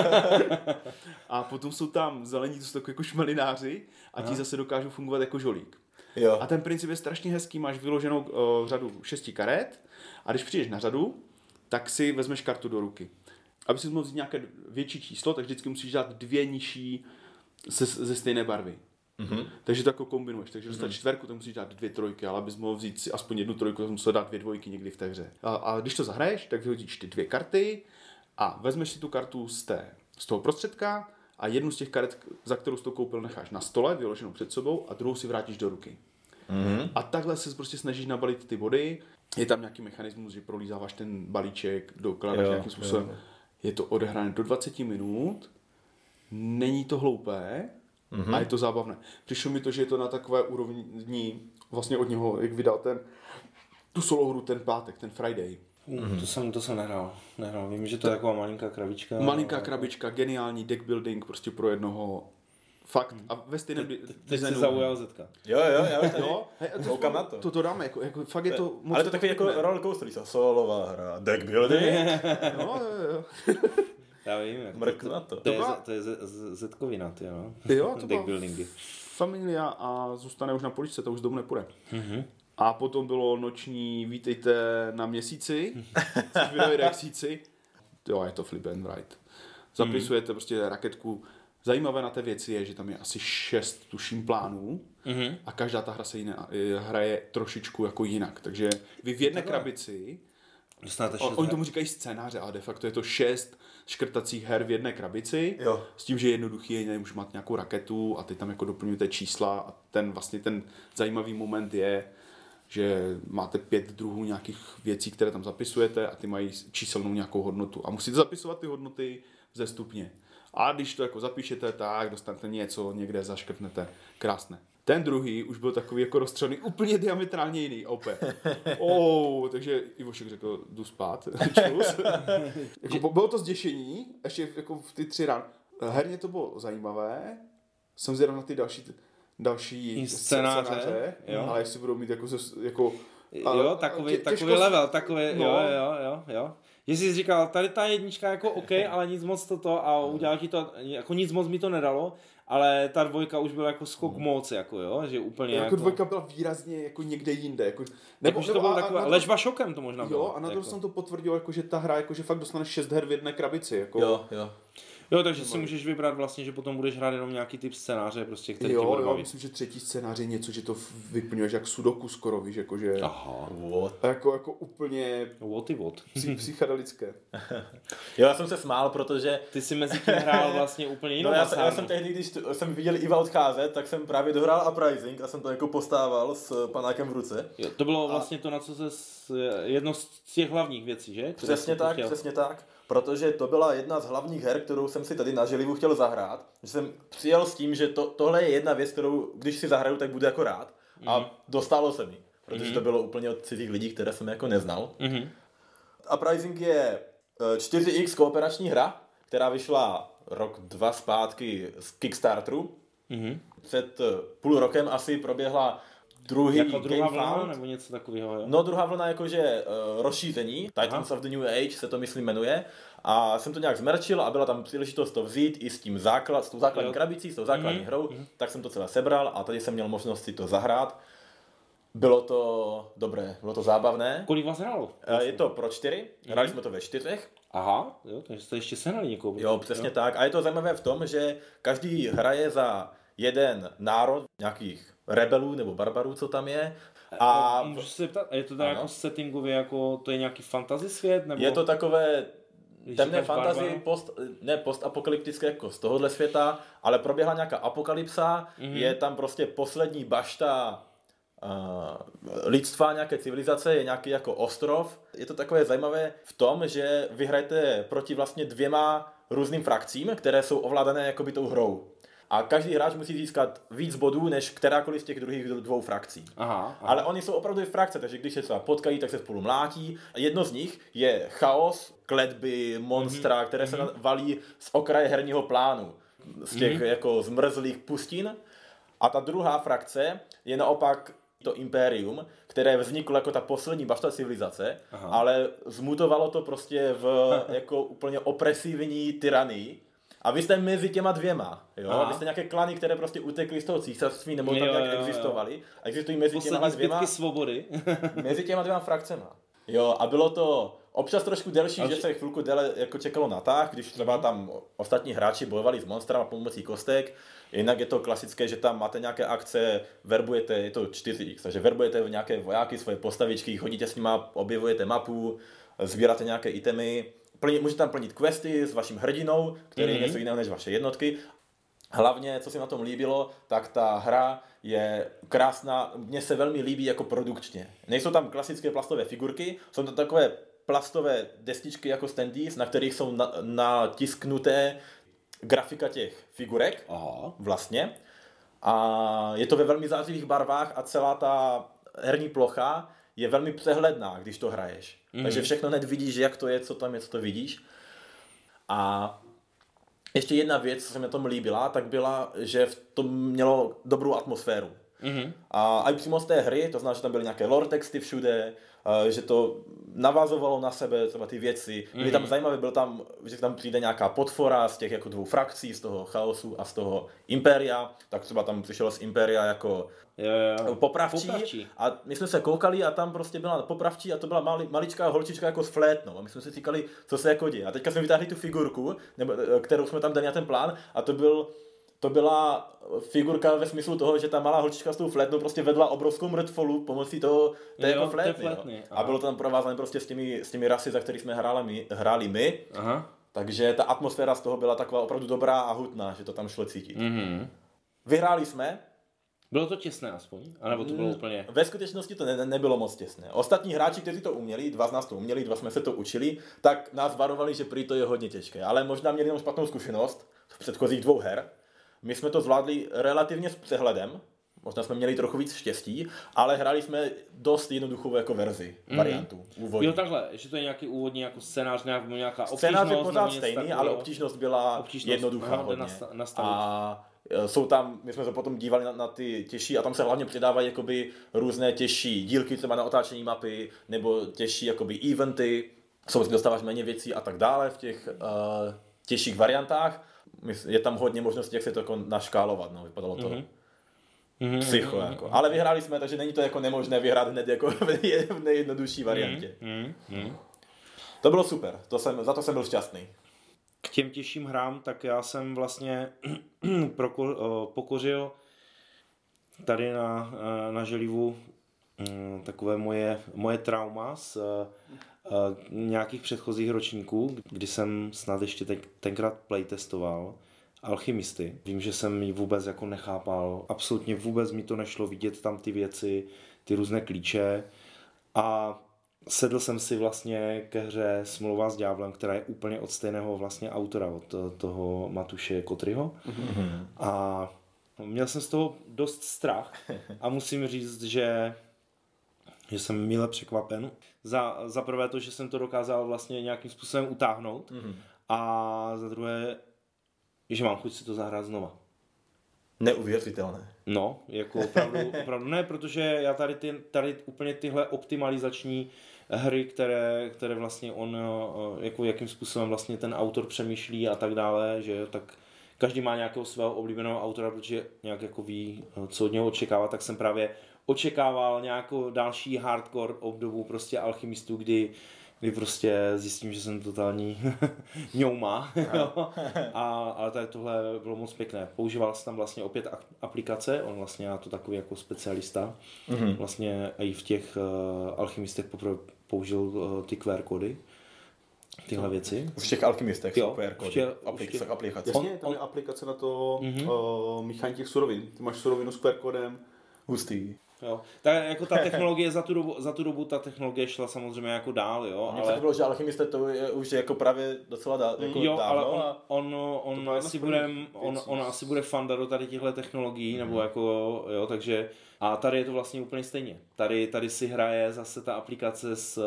A potom jsou tam zelení, to jsou takový jako šmelináři a ti zase dokážou fungovat jako žolík. Jo. A ten princip je strašně hezký, máš vyloženou uh, řadu šesti karet a když přijdeš na řadu, tak si vezmeš kartu do ruky. Aby si mohl vzít nějaké větší číslo, tak vždycky musíš dát dvě nižší ze, ze stejné barvy. Mm-hmm. Takže to jako kombinuješ. Takže dostat mm-hmm. čtverku, tak musíš dát dvě trojky, ale abys mohl vzít si aspoň jednu trojku, tak musíš dát dvě dvojky někdy v té hře. A, a když to zahraješ, tak vyhodíš ty dvě karty a vezmeš si tu kartu z, té, z toho prostředka a jednu z těch karet, za kterou jsi to koupil, necháš na stole, vyloženou před sebou a druhou si vrátíš do ruky. Mm-hmm. A takhle se prostě snažíš nabalit ty body. Je tam nějaký mechanismus, že prolízáváš ten balíček, dokládáš nějakým způsobem. Jo. Je to odehrané do dvacet minut, není to hloupé, mm-hmm. a je to zábavné. Přišlo mi to, že je to na takové úrovni vlastně od něho, jak vydal ten tu solohru ten pátek, ten Friday. Mm-hmm. To jsem, to jsem nehrál. nehrál. Vím, že to je taková malinká krabička. Malinká krabička, geniální deck building prostě pro jednoho. Fakt. A ve stejném designu. Teď se zaujal Zetka. Jo, jo, já už tady no, koukám na to. To, to dáme, jako, jako fakt je to... Moc ale to takový jako rollercoaster, solová hra, deck building. No, jo, jo. Já vím, jako mrknu na to. To je, to je Zetkovina, ty jo. Jo, to deck buildingy. Familia a zůstane už na poličce, to už z domu nepůjde. Mm-hmm. A potom bylo noční vítejte na měsíci, což vydali reakcíci. Jo, je to flip and write. Zapisujete mm-hmm. prostě raketku. Zajímavé na té věci je, že tam je asi šest tuším plánů mm-hmm. a každá ta hra se jiná, hraje trošičku jako jinak. Takže vy v jedné krabici Dostanete šest Oni her. tomu říkají scénáře, ale de facto je to šest škrtacích her v jedné krabici. Jo. S tím, že jednoduchý je, už máte nějakou raketu a ty tam jako doplňujete čísla a ten vlastně ten zajímavý moment je, že máte pět druhů nějakých věcí, které tam zapisujete a ty mají číselnou nějakou hodnotu. A musíte zapisovat ty hodnoty vzestupně. A když to jako zapíšete, tak dostanete něco, někde zaškrtnete. Krásné. Ten druhý už byl takový jako rozstřelený, úplně diametrálně jiný, opět. Oh, takže Ivošek řekl, jdu spát, čus. Jako, bylo to zděšení, ještě jako v ty tři rány. Herně to bylo zajímavé, jsem zvědav na ty další, další scénáře, scénáře jo. Ale jestli budou mít jako, jako jo, takový, tě, takový těžko, level, takový, no. jo, jo, jo, jo. Jestli jsi říkal, tady ta jednička jako OK, ale nic moc toto a udělal ti to, jako nic moc mi to nedalo, ale ta dvojka už byla jako skok moc, jako jo, že úplně jako, jako... dvojka byla výrazně jako někde jinde, jako... Nebo, nebo to bylo takové, ležba šokem to možná bylo. Jo, a na to jako. jsem to potvrdil, jako, že ta hra, jako, že fakt dostaneš šest her v jedné krabici, jako... Jo, jo. Jo, takže si můžeš vybrat vlastně, že potom budeš hrát jenom nějaký typ scénáře, prostě, který jo, tě bude jo, bavit. myslím, že třetí scénář je něco, že to vyplňuješ jak sudoku skoro, víš, jakože... Aha. What? Jako, jako úplně What i what. psychedelické. Jo, já jsem se smál, protože... Ty jsi mezi tím hrál vlastně úplně jinou No já, jsem, já masárnu. jsem tehdy, když t- jsem viděl Iva odcházet, tak jsem právě dohrál Uprising a jsem to jako postával s panákem v ruce. Jo, to bylo vlastně to, na co se s, jedno z těch hlavních věcí, že? Které Přesně jsi tak, chtěl. přesně tak. Protože to byla jedna z hlavních her, kterou jsem si tady na Želivu chtěl zahrát. Že jsem přijel s tím, že to, tohle je jedna věc, kterou když si zahraju, tak budu jako rád. A Mhm. dostalo se mi. Protože Mhm. to bylo úplně od cizích lidí, které jsem jako neznal. Mhm. Uprising je eh, čtyři iks kooperační hra, která vyšla rok, dva zpátky z Kickstarteru. Mhm. Před eh, půl rokem asi proběhla druhý Jako druhá Game vlna Found. nebo něco takového, jo? No druhá vlna jakože uh, rozšíření, Titans Aha. of the New Age se to myslím jmenuje. A jsem to nějak zmerčil a byla tam příležitost to vzít i s tím základ, s tou základní Jo. krabicí, s tou základní Mhm, hrou, mhm. tak jsem to celé sebral a tady jsem měl možnost si to zahrát. Bylo to dobré, bylo to zábavné. Kolik vás hrálo? Eh, Je to pro čtyři, hráli jsme to ve čtyřech. Aha, jo, takže jste ještě sehnali někoho. Jo, přesně tak. A je to zajímavé v tom, že každý hraje za jeden národ, nějakých rebelů nebo barbarů, co tam je. A Můžu se zeptat, je to teda Ano. jako settingově, jako to je nějaký fantasy svět? Nebo... je to takové Když temné říkáš fantasy, barbara? post, ne postapokalyptické jako z tohohle světa, ale proběhla nějaká apokalypsa, Mhm. je tam prostě poslední bašta uh, lidstva, nějaké civilizace, je nějaký jako ostrov. Je to takové zajímavé v tom, že vy hrajete proti vlastně dvěma různým frakcím, které jsou ovládané jakoby tou hrou. A každý hráč musí získat víc bodů, než kterákoliv z těch druhých dvou frakcí. Aha, aha. Ale oni jsou opravdu i frakce, takže když se třeba potkají, tak se spolu mlátí. Jedno z nich je chaos, kletby, monstra, mm-hmm. které se valí z okraje herního plánu, z těch mm-hmm. jako zmrzlých pustin. A ta druhá frakce je naopak to impérium, které vzniklo jako ta poslední bašta civilizace, Aha. ale zmutovalo to prostě v jako úplně opresivní tyranii. A vy jste mezi těma dvěma, jo? Aha. Vy jste nějaké klany, které prostě utekly z toho císařství nebo tam Jo, nějak jo, jo. existovaly. A existují mezi těma Poslední dvěma, zbytky svobody. mezi těma dvěma frakcema. Jo, a bylo to občas trošku delší, Ale že že- se chvilku déle jako čekalo na tah, když třeba tam ostatní hráči bojovali s monstrama pomocí kostek. Jinak je to klasické, že tam máte nějaké akce, verbujete, je to čtyři iks, takže verbujete v nějaké vojáky, svoje postavičky, chodíte s nima, objevujete mapu, sbíráte nějaké itemy, plní, můžete tam plnit questy s vaším hrdinou, který je Mhm. něco jiného než vaše jednotky. Hlavně, co se na tom líbilo, tak ta hra je krásná, mně se velmi líbí jako produkčně. Nejsou tam klasické plastové figurky, jsou to takové plastové destičky jako standees, na kterých jsou na, natisknuté grafika těch figurek Aha. vlastně. A je to ve velmi zářivých barvách a celá ta herní plocha je velmi přehledná, když to hraješ. Mhm. Takže všechno hned vidíš, jak to je, co tam je, co to vidíš. A ještě jedna věc, co se mi na tom líbila, tak byla, že v tom mělo dobrou atmosféru. Mhm. A i přímo z té hry, to znamená, že tam byly nějaké lore texty všude, a že to navazovalo na sebe třeba ty věci. Byly tam zajímavé, byl tam, že tam přijde nějaká podfora z těch jako dvou frakcí, z toho chaosu a z toho impéria, tak třeba tam přišel z impéria jako Jo, jo. popravčí, Popravčí. a my jsme se koukali a tam prostě byla popravčí a to byla mali, maličká holčička jako s flétnou a my jsme si říkali, co se jako děje. A teďka jsme vytáhli tu figurku, nebo, kterou jsme tam dali na ten plán a to byl to byla figurka ve smyslu toho, že ta malá holčička s tou flétnou prostě vedla obrovskou mrtvolu pomocí toho té Jo, jako flétny. té flétny, A bylo to tam provázané prostě s těmi, s těmi rasy, za kterými jsme hráli my. Hráli my. Aha. Takže ta atmosféra z toho byla taková opravdu dobrá a hutná, že to tam šlo cítit. Mm-hmm. Vyhráli jsme. Bylo to těsné aspoň? A nebo to bylo úplně... Ve skutečnosti to ne, nebylo moc těsné. Ostatní hráči, kteří to uměli, dva z nás to uměli, dva jsme se to učili, tak nás varovali, že prý to je hodně těžké. Ale možná měli jenom špatnou zkušenost z předchozích dvou her. My jsme to zvládli relativně s přehledem, možná jsme měli trochu víc štěstí, ale hráli jsme dost jednoduchou jako verzi, mm. variantu, úvodní. Jo takhle, že to je nějaký úvodní jako scénář, nějaká, nějaká obtížnost. Scénář je pořád stejný, ale obtížnost byla obtížnost, jednoduchá aha, hodně. A jsou tam, my jsme se potom dívali na, na ty těžší a tam se hlavně přidávají jakoby různé těžší dílky třeba na otáčení mapy, nebo těžší jakoby eventy, jsou si dostáváš méně věcí a tak dále v těch uh, těžších variantách. Je tam hodně možností, jak se to jako naškálovat, no, vypadalo to mm-hmm. psycho, mm-hmm. jako. Ale vyhráli jsme, takže není to jako nemožné vyhrát hned jako v nejjednodušší variantě. Mm-hmm. To bylo super, to jsem, za to jsem byl šťastný. K těm těžším hrám, tak já jsem vlastně proko, pokořil tady na, na Želivu takové moje, moje trauma z nějakých předchozích ročníků, kdy jsem snad ještě ten, tenkrát playtestoval Alchymisty. Vím, že jsem ji vůbec jako nechápal, absolutně vůbec mi to nešlo vidět tam ty věci, ty různé klíče a sedl jsem si vlastně ke hře Smlouva s ďáblem, která je úplně od stejného vlastně autora, od toho Matuše Kotryho. Mm-hmm. A měl jsem z toho dost strach a musím říct, že, že jsem mile překvapen. Za, za prvé to, že jsem to dokázal vlastně nějakým způsobem utáhnout mm-hmm. a za druhé, že mám chuť si to zahrát znova. Neuvěřitelné. No, jako opravdu, opravdu ne, protože já tady, ty, tady úplně tyhle optimalizační hry, které, které vlastně on, jako jakým způsobem vlastně ten autor přemýšlí a tak dále, že tak každý má nějakého svého oblíbeného autora, protože nějak jako ví, co od něho očekává, tak jsem právě očekával nějakou další hardcore obdobu prostě alchymistů, kdy kdy prostě zjistím, že jsem totální ňouma. a, ale tady tohle bylo moc pěkné. Používal jsem tam vlastně opět aplikace, on vlastně já to takový jako specialista. Mm-hmm. Vlastně i v těch uh, alchymistech poprvé použil uh, ty Q R kódy, tyhle věci. V těch alchymistech jo, jsou Q R kódy, těch, aplikace. těch, aplikace. Jasně, tam je aplikace na to mm-hmm. uh, míchání těch surovin. Ty máš surovinu s Q R kódem. Hustý. Jo. Tak jako ta technologie za tu dobu, za tu dobu ta technologie šla samozřejmě jako dál, jo. Mně ale... se bylo, že alchymista to je už jako právě docela dá, jako jo, dávno. Ale on, a... on, on, asi bude, on, on asi bude fanda do tady těchto technologií, mm. nebo jako, jo, takže a tady je to vlastně úplně stejně. Tady, tady si hraje zase ta aplikace s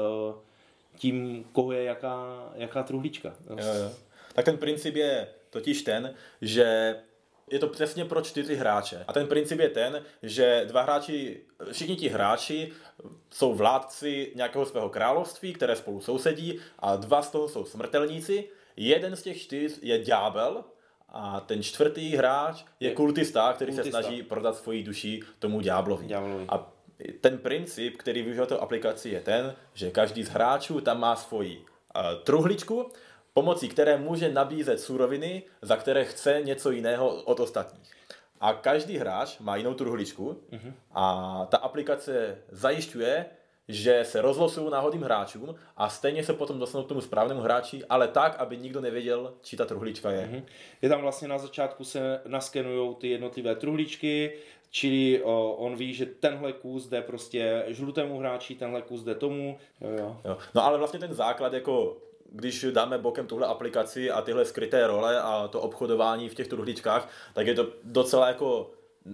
tím, koho je jaká, jaká truhlička. Jo, jo. Tak ten princip je totiž ten, že je to přesně pro čtyři hráče. A ten princip je ten, že dva hráči, všichni ti hráči jsou vládci nějakého svého království, které spolu sousedí a dva z toho jsou smrtelníci. Jeden z těch čtyř je ďábel a ten čtvrtý hráč je kultista, který kultista. se snaží prodat svoji duši tomu ďáblovi. ďáblovi. A ten princip, který využívá tu aplikaci, je ten, že každý z hráčů tam má svoji uh, truhličku, pomocí které může nabízet suroviny, za které chce něco jiného od ostatních. A každý hráč má jinou truhličku mm-hmm. a ta aplikace zajišťuje, že se rozlosují náhodným hráčům a stejně se potom dostanou k tomu správnému hráči, ale tak, aby nikdo nevěděl, či ta truhlička je. Mm-hmm. Je tam vlastně na začátku se naskenujou ty jednotlivé truhličky, čili o, on ví, že tenhle kus jde prostě žlutému hráči, tenhle kus jde tomu. Jo, jo. Jo. No ale vlastně ten základ jako když dáme bokem tuhle aplikaci a tyhle skryté role a to obchodování v těch truhličkách, tak je to docela jako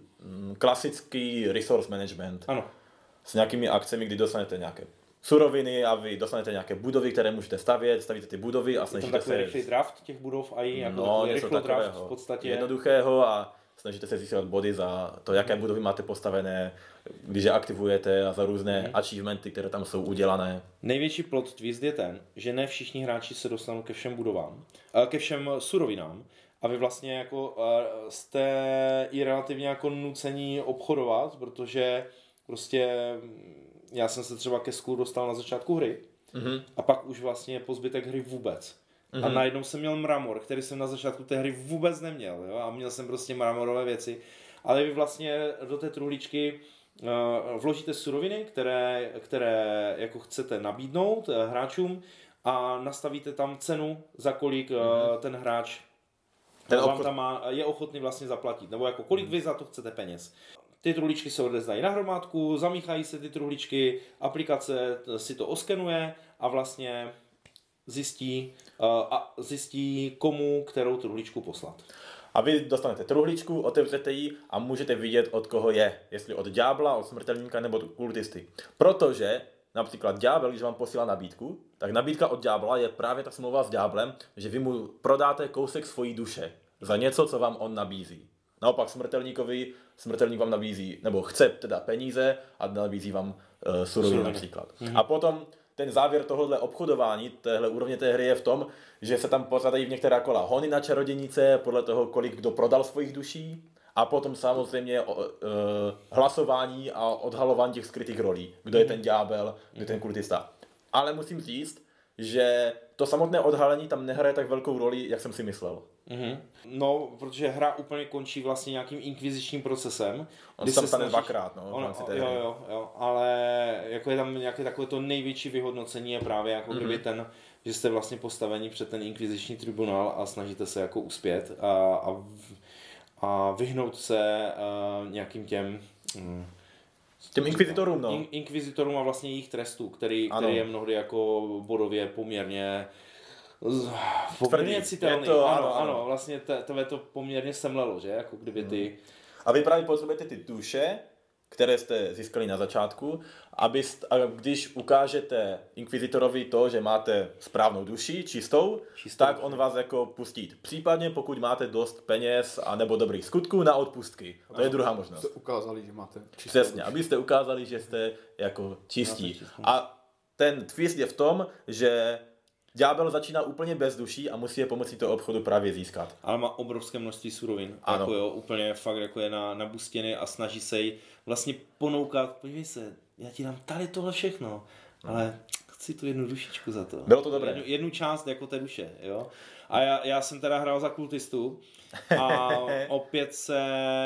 klasický resource management. Ano. S nějakými akcemi, kdy dostanete nějaké suroviny a vy dostanete nějaké budovy, které můžete stavět, stavíte ty budovy a snažíte se... Je to takový draft těch budov a i jako no, rychlý draft v podstatě. Jednoduchého a snažíte se získat body za to, jaké budovy máte postavené, když je aktivujete a za různé hmm. achievementy, které tam jsou udělané. Největší plot twist je ten, že ne všichni hráči se dostanou ke všem budovám, ke všem surovinám a vy vlastně jako jste i relativně jako nucení obchodovat, protože prostě já jsem se třeba ke sklu dostal na začátku hry mm-hmm. a pak už vlastně po zbytek hry vůbec. a najednou jsem měl mramor, který jsem na začátku té hry vůbec neměl, jo? A měl jsem prostě mramorové věci. Ale vy vlastně do té truhličky uh, vložíte suroviny, které, které jako chcete nabídnout uh, hráčům a nastavíte tam cenu, za kolik uh, mm-hmm. ten hráč ten vám tam má, je ochotný vlastně zaplatit, nebo jako kolik mm-hmm. vy za to chcete peněz. Ty truhličky se odezdají na hromádku, zamíchají se ty truhličky, aplikace si to oskenuje a vlastně zjistí, uh, a zjistí komu kterou truhličku poslat. A vy dostanete truhličku, otevřete ji a můžete vidět, od koho je. Jestli od ďábla, od smrtelníka nebo od kultisty. Protože například ďábel, když vám posílá nabídku, tak nabídka od ďábla je právě ta smlouva s ďáblem, že vy mu prodáte kousek svojí duše za něco, co vám on nabízí. Naopak smrtelníkovi, smrtelník vám nabízí, nebo chce teda peníze a nabízí vám uh, suroviny například. Mm-hmm. A potom ten závěr tohohle obchodování, téhle úrovně té hry je v tom, že se tam pořádají v některá kola hony na čarodějnice, podle toho, kolik kdo prodal svých duší, a potom samozřejmě o, e, hlasování a odhalování těch skrytých rolí. Kdo je ten ďábel, kdo je ten kultista. Ale musím říct, že to samotné odhalení tam nehraje tak velkou roli, jak jsem si myslel. Mm-hmm. No, protože hra úplně končí vlastně nějakým inkvizičním procesem. On se tam stane dvakrát, no. On, jo, jo, jo, ale jako je tam nějaké takové to největší vyhodnocení je právě jako mm-hmm. kdyby ten, že jste vlastně postaveni před ten inkviziční tribunál a snažíte se jako uspět a, a, a vyhnout se uh, nějakým těm... Mm, Těm inkvizitorům, no. In, inkvizitorům a vlastně jejich trestu, který, který je mnohdy jako bodově poměrně poměrně citelný. To, ano, ano, ano, ano, vlastně tebe to poměrně semlelo, že? Jako kdyby ty... A vy právě potřebujete ty duše, které jste získali na začátku, abyste, a když ukážete inkvizitorovi to, že máte správnou duši, čistou, čistou tak on vás jako pustí. Případně pokud máte dost peněz a nebo dobrých skutků na odpustky. To ano, je druhá možnost. Jste ukázali, že máte čistou Přesně, duši. Abyste ukázali, že jste jako čistí. A ten twist je v tom, že ďábel začíná úplně bez duší a musí je pomocí toho obchodu právě získat. Ale má obrovské množství surovin. Ano. Jako jo, úplně fakt jako je na, na bustěny a snaží se jí vlastně ponoukat. Podívej se, já ti dám tady tohle všechno, ale chci tu jednu dušičku za to. Bylo to dobré. Jednu, jednu část jako té duše, jo. A já, já jsem teda hrál za kultistu a opět se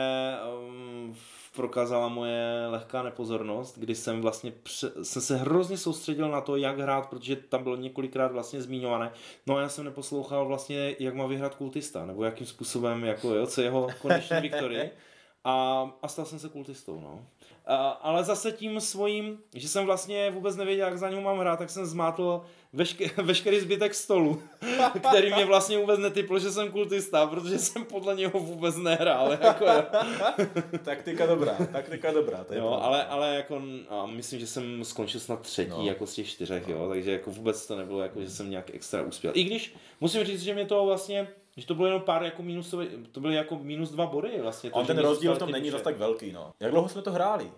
um, prokázala moje lehká nepozornost, kdy jsem vlastně pře- jsem se hrozně soustředil na to, jak hrát, protože tam bylo několikrát vlastně zmiňované. No a já jsem neposlouchal vlastně, jak má vyhrát kultista, nebo jakým způsobem, jako jo, co jeho konečný viktory. A, a stal jsem se kultistou, no. A, ale zase tím svým, že jsem vlastně vůbec nevěděl, jak za něho mám hrát, tak jsem zmátl veške, veškerý zbytek stolu, který mě vlastně vůbec netypl, že jsem kultista, protože jsem podle něho vůbec nehrál. Jako, taktika dobrá, taktika dobrá. To je jo, ale, ale jako, a myslím, že jsem skončil snad třetí no. jako z těch čtyřech, no. jo, takže jako vůbec to nebylo, jako, že jsem nějak extra uspěl. I když musím říct, že mě to vlastně, že to bylo jenom pár jako minusové, to byly jako minus dva body vlastně. To, on ten rozdíl v tom není zase tak velký, no. Jak dlouho jsme to hráli?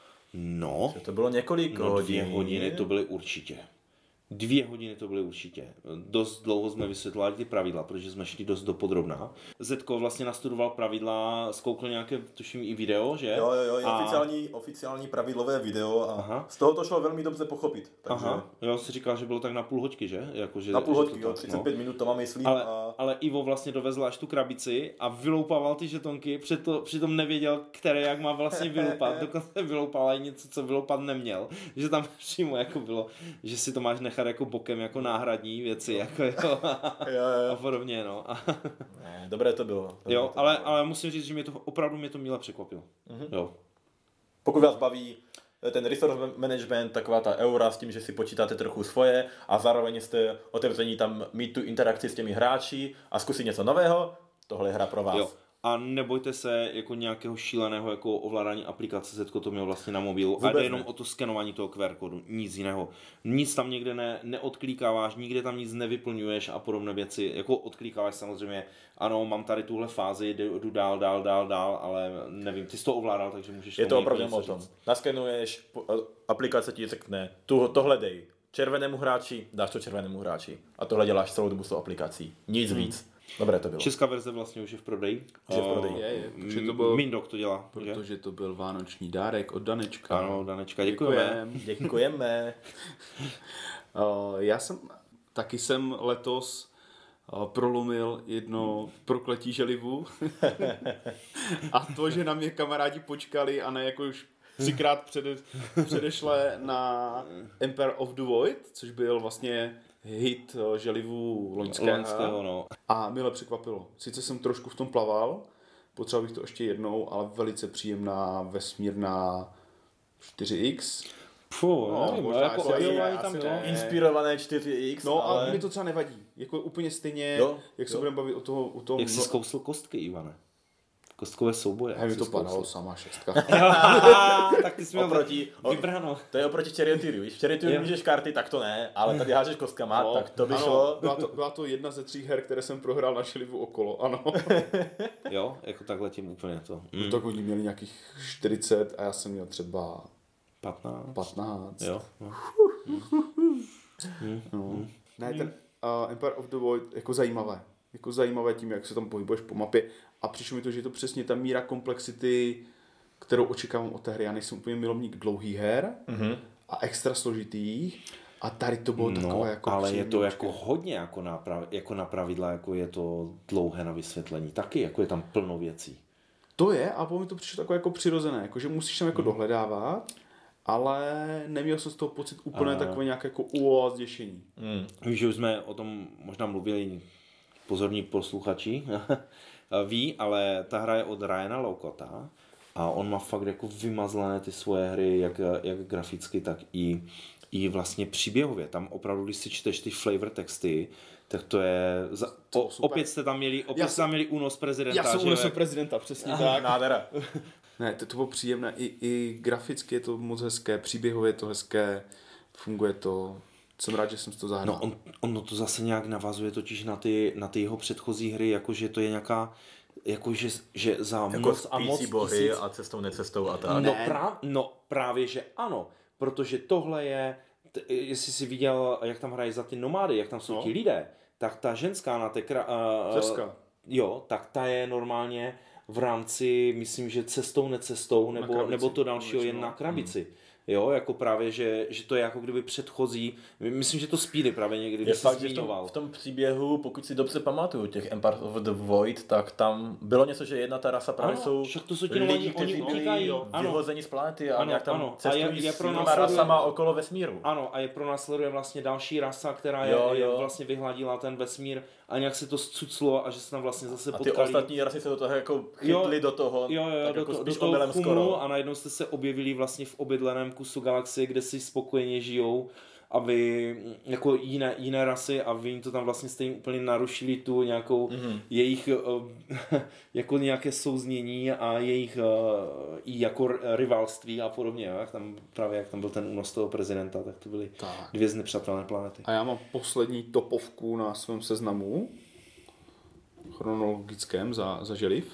No. Že to bylo několik no, hodin. Dvě hodiny to byly určitě. Dvě hodiny to byly určitě. Dost dlouho jsme vysvětlovali ty pravidla, protože jsme šli dost dopodrobná. Zetko vlastně nastudoval pravidla, zkoukl nějaké, tuším i video, že? Jo, jo, jo, a... oficiální, oficiální pravidlové video a Aha. z toho to šlo velmi dobře pochopit. Takže... Aha, jo, jsi říkal, že bylo tak na půl hoďky, že? Jako, že na půl hoďky, jo, tak, třicet pět no. minut to mám, myslím. Ale, a... ale Ivo vlastně dovezl až tu krabici a vyloupával ty žetonky, přito, přitom nevěděl, které jak má vlastně vyloupat. Dokonce vyloupal i něco, co vyloupat neměl. Že tam přímo jako bylo, že si to máš nechat jako bokem, jako náhradní věci, jako jo, a, jo, jo. a podobně, no. Ne, dobré to bylo. Dobré jo, to ale, bylo. ale musím říct, že mě to opravdu mě to mile překvapilo. Mm-hmm. Jo. Pokud vás baví ten resource management, taková ta eura s tím, že si počítáte trochu svoje a zároveň jste otevření tam mít tu interakci s těmi hráči a zkusit něco nového, tohle je hra pro vás. Jo. A nebojte se jako nějakého šíleného jako ovládání aplikace, Zetko to měl vlastně na mobilu. Vůbec a jde jenom ne. o to skenování toho Q R kódu, nic jiného. Nic tam někde ne, neodklíkáváš, nikde tam nic nevyplňuješ a podobné věci. Jako odklíkáváš samozřejmě, ano, mám tady tuhle fázi, jdu dál, dál, dál, dál, ale nevím, ty jsi to ovládal, takže můžeš... Je to opravdu o tom. Naskenuješ, aplikace ti řekne, tu, tohle dej červenému hráči, dáš to červenému hráči. A tohle děláš celou dobu s tou aplikací. Nic hmm. víc. Dobré to bylo. Česká verze vlastně už je v prodeji. Už je v prodeji. Je, je. M- to byl, Mindok to dělá. Protože že? to byl vánoční dárek od Danečka. Ano, Danečka, děkujeme. Děkujeme. děkujeme. Já jsem, taky jsem letos prolomil jedno prokletí želivu. A to, že na mě kamarádi počkali a ne jako už třikrát přede, předešle na Empire of the Void, což byl vlastně hit želivu loňského. loňského no. A mile překvapilo. Sice jsem trošku v tom plaval, potřeboval bych to ještě jednou, ale velice příjemná vesmírná čtyři x. Fuh, No, nevím, možná jako asi objevování ne, tam asi to. ne. Inspirované čtyři x, No ale... a mi to třeba nevadí. Jako úplně stejně, Jo, jak se jo. budeme bavit o toho... O toho Jak jsi no, zkousl kostky, Ivane? Kostkové souboje. hej, mi jak to jsi padalo zkousl? sama šestka. Tak ty jsi měl Oproti, vybrano. to je oproti Charioteeru, víš, v Charioteeru Jo. můžeš karty, tak to ne, ale tady hážeš kostkama, No, tak to by ano, šlo. Byla to, byla to jedna ze tří her, které jsem prohrál na šelivu okolo, ano. Jo, jako takhle tím úplně to. No, Mm. tak oni měli nějakých čtyřicet a já jsem měl třeba patnáct. patnáct. Jo. No. No. Ne, ten uh, Empire of the Void jako zajímavé. Jako zajímavé tím, jak se tam pohybuješ po mapě. A přišlo mi to, že je to přesně ta míra komplexity, kterou očekávám od té hry. Já nejsem úplně milovník dlouhých her Mhm. a extra složitých. A tady to bylo No, takové jako ale je to příjemňoučké. jako hodně jako na, prav, jako na pravidla, jako je to dlouhé na vysvětlení. Taky, jako je tam plno věcí. To je, a po mi to přišlo takové jako přirozené. Jako, že musíš tam jako dohledávat, ale neměl jsem z toho pocit úplně A- takové nějaké jako uo zděšení. Mm. Víš, že už jsme o tom možná mluvili, pozorní posluchači ví, ale ta hra je od Ryana Laukota a on má fakt jako vymazlené ty svoje hry, jak, jak graficky, tak i, i vlastně příběhově. Tam opravdu, když si čteš ty flavor texty, tak to je... Za, To o, super. opět jste tam měli, opět Já jste tam měli únos prezidenta. Já jsem že unesl jak- prezidenta, přesně tak. Nádhera. Ne, to, to bylo příjemné. I, I graficky je to moc hezké, příběhově je to hezké, funguje to. Jsem rád, že jsem si to zahrál. No on, ono to zase nějak navazuje totiž na ty, na ty jeho předchozí hry, jakože to je nějaká, jakože že za Jako moc a moc spící bohy tisíc... a cestou necestou a tak. No, Ne. prá, no právě, že ano, protože tohle je, t- jestli jsi viděl, jak tam hrají za ty nomády, jak tam jsou No. ti lidé, tak ta ženská na té kra... Uh, Zeřka. jo, tak ta je normálně v rámci, myslím, že cestou, necestou, nebo, krabici, nebo to dalšího jen většinou. na krabici. Jo, jako právě, že, že to je jako kdyby předchozí, myslím, že to Speedy právě někdy, Je když jsi fakt, že v tom, zmiňoval. v tom příběhu, pokud si dobře pamatuju, těch Empire of the Void, tak tam bylo něco, že jedna ta rasa právě Ano, jsou však to jsou ti lidi, oni- kteří oni byli utíkají, jo. Ano. vyhozeni z planety a Ano, nějak tam ano. A cestují je- je s pro jinýma následuje- rasama okolo vesmíru. Ano, a je pro následuje vlastně další rasa, která je, Jo, je jo. vlastně vyhladila ten vesmír a nějak se to zcuclo a že se tam vlastně zase A ty potkali. ostatní rasy se do toho jako chytli Jo, do toho, Jo, jo, tak do, jako to, spíš do toho omylem chumu skoro. a najednou jste se objevili vlastně v obydleném kusu galaxie, kde si spokojeně žijou a vy jako jiné, jiné rasy a vy jim to tam vlastně jste jim úplně narušili tu nějakou Mhm. jejich eh, jako nějaké souznění a jejich eh, i jako rivalství a podobně, jo? Jak tam právě jak tam byl ten únos toho prezidenta, tak to byly Tak. dvě znepřátelné planety. A já mám poslední topovku na svém seznamu chronologickém za, za želiv.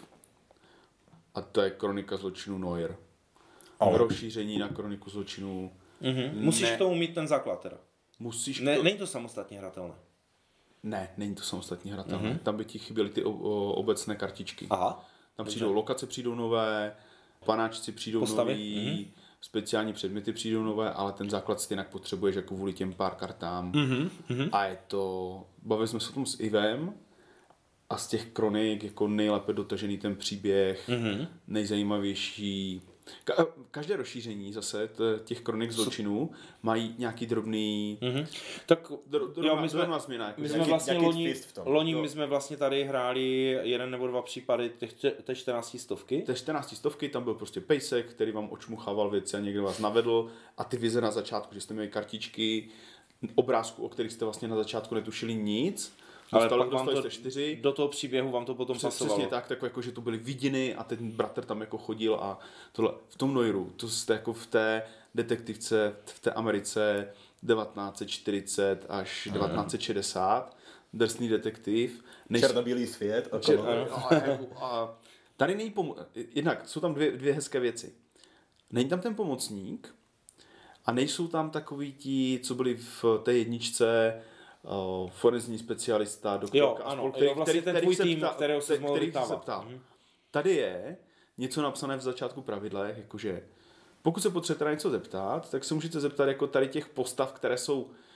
A to je Kronika zločinu Noir. Oh. Rozšíření na Kroniku zločinu. Mhm. Musíš Ne. k tomu mít ten základ teda. Musíš Ne, to... není to samostatně hratelné. ne, není to samostatně hratelné. Mhm. Tam by ti chyběly ty o, o, obecné kartičky. Aha. Tam Dobře. přijdou lokace, přijdou nové, panáčci přijdou Postavy? noví, Mhm. speciální předměty přijdou nové, ale ten základ stejně potřebuješ jako kvůli těm pár kartám. Mhm. Mhm. A je to, bavili jsme se o tom s Ivem a z těch kronik jako nejlépe dotažený ten příběh, Mhm. nejzajímavější. Ka- každé rozšíření zase t- těch kronik zločinů mají nějaký drobný, Mhm. Tak dro, drobná, jo, my jsme, drobná změna. Jako my že- jsme nějaký- vlastně nějaký loni, twist v tom. loni Jo. my jsme vlastně tady hráli jeden nebo dva případy těch, té čtrnácti stovky. té čtrnácti stovky, tam byl prostě pejsek, který vám očmuchával věci a někdo vás navedl a ty vize na začátku, že jste měli kartičky, obrázku, o kterých jste vlastně na začátku netušili nic, Ale dostali, pak vám dostali to jste čtyři, do toho příběhu vám to potom Přes, pasovalo. přesně tak, tak jako, že to byly vidiny a ten bratr tam jako chodil a tohle. V tom Noiru, to jste jako v té detektivce, v té Americe devatenáct set čtyřicet až devatenáct set šedesát, drsný detektiv. Než... Černobílý svět. Čer... okolo. A, a, a tady není pomo... Jednak jsou tam dvě, dvě hezké věci. Není tam ten pomocník a nejsou tam takový ti, co byli v té jedničce, uh, forenzní specialista, doktorka Jo, a ano, spol, jo, vlastně ten tvůj se tým, ptá- kterého se který- mohl kterých se vyptávat. ptal. Mhm. Tady je něco napsané v začátku pravidlech, jakože pokud se potřebujete na něco zeptat, tak se můžete zeptat jako tady těch postav, které jsou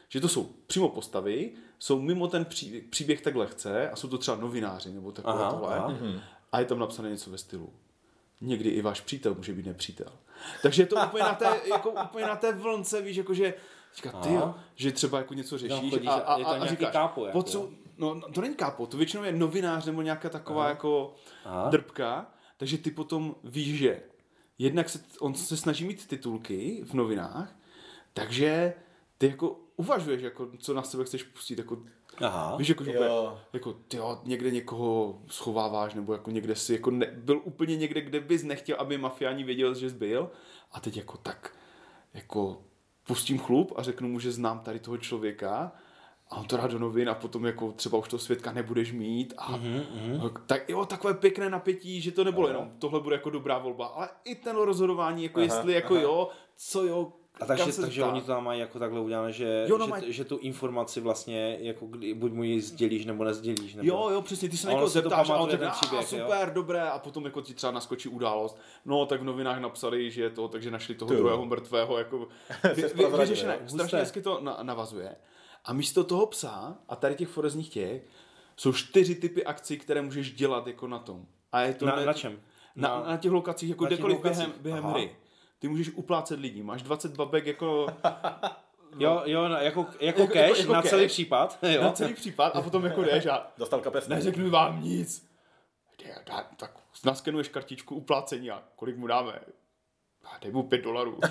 že to jsou přímo postavy, jsou mimo ten pří, příběh tak lehce a jsou to třeba novináři nebo takové Aha, tohle. aha. A je tam napsané něco ve stylu. Někdy i váš přítel může být nepřítel. Takže je to úplně na té, jako úplně na té vlnce, víš, jakože říká, ty jo, že třeba jako něco řešíš chodíš a, a, a je to a, a nějaký říkáš, kápo, jako. potřebu, no to není kápo, to většinou je novinář nebo nějaká taková Aha. jako Aha. drbka, takže ty potom víš, že jednak se, on se snaží mít titulky v novinách, takže ty jako uvažuješ, jako, co na sebe chceš pustit, jako Aha. víš, jako, že Jo. úplně, jako tyjo, někde někoho schováváš, nebo jako někde si jako ne, byl úplně někde, kde bys nechtěl, aby mafiáni věděl, že jsi byl. A teď jako tak, jako pustím chlup a řeknu mu, že znám tady toho člověka a on to dá do novin a potom jako třeba už toho svědka nebudeš mít. A mm-hmm. tak jo, takové pěkné napětí, že to nebylo jenom tohle bude jako dobrá volba, ale i ten rozhodování, jako Aha, jestli jako aha. jo, co jo, A takže, kam se takže ptát. oni to tam mají jako takhle udělané, že, Jo, no že, mají- že tu informaci vlastně jako kdy, buď mu ji sdělíš nebo nezdělíš. Nebo... Jo, jo, přesně, ty se A na ono někoho se to zeptáš a on pamatuje, řekne, ten příběh, "Ah, jo." super, dobré, a potom jako ti třeba naskočí událost. No, tak v novinách napsali, že je to, takže našli toho Ty jo. druhého mrtvého, jako vy, vy, zprozradil, vyřešené, jo. strašně Husté. hezky to na, navazuje. A místo toho psa a tady těch forezních těch jsou čtyři typy akcí, které můžeš dělat jako na tom. A je to Na, ne- na čem? Na, na těch lokacích, jako na těch kdekoliv lokacích. během, během Aha. hry. Ty můžeš uplácet lidi, máš dvacet babek jako Jo, jo, na- jako, jako, Jako- cash jako- jako na cash. celý případ. Jo. na celý případ a potom jako jdeš a Dostal kapesný. neřeknu vám nic. Dej, dá, tak naskenuješ kartičku uplácení a kolik mu dáme? A dej mu pět dolarů.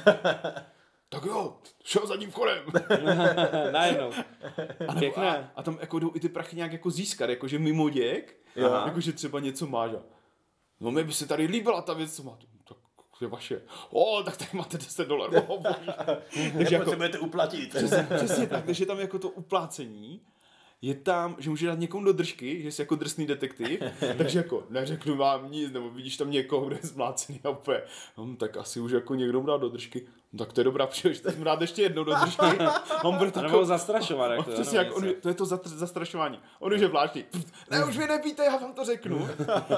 Tak jo, šel zadním vchodem. Najednou. A, nebo, Pěkné. a, a tam jako jdou i ty prachy nějak jako získat, jakože mimo děk, Aha. jakože třeba něco máš. A, no mi by se tady líbila ta věc, co má. Tak je vaše. O, tak tady máte deset dolarů. O, bože. Takže jako, Potřebujete uplatit. přesně, přesně tak, takže tam jako to uplácení je tam, že může dát někomu do držky, že jsi jako drsný detektiv, takže jako neřeknu vám nic, nebo vidíš tam někoho, kdo je zmlácený a úplně, no, tak asi už jako někdo mu dá do držky, no, tak to je dobrá příležitost, mu dát ještě jednou do držky. On bude A nebo takový, zastrašovat. Jako, přesně, nebo jak on, něco. to je to zatr- zastrašování. On už je vláštý. Ne, už vy nebíte, já vám to řeknu.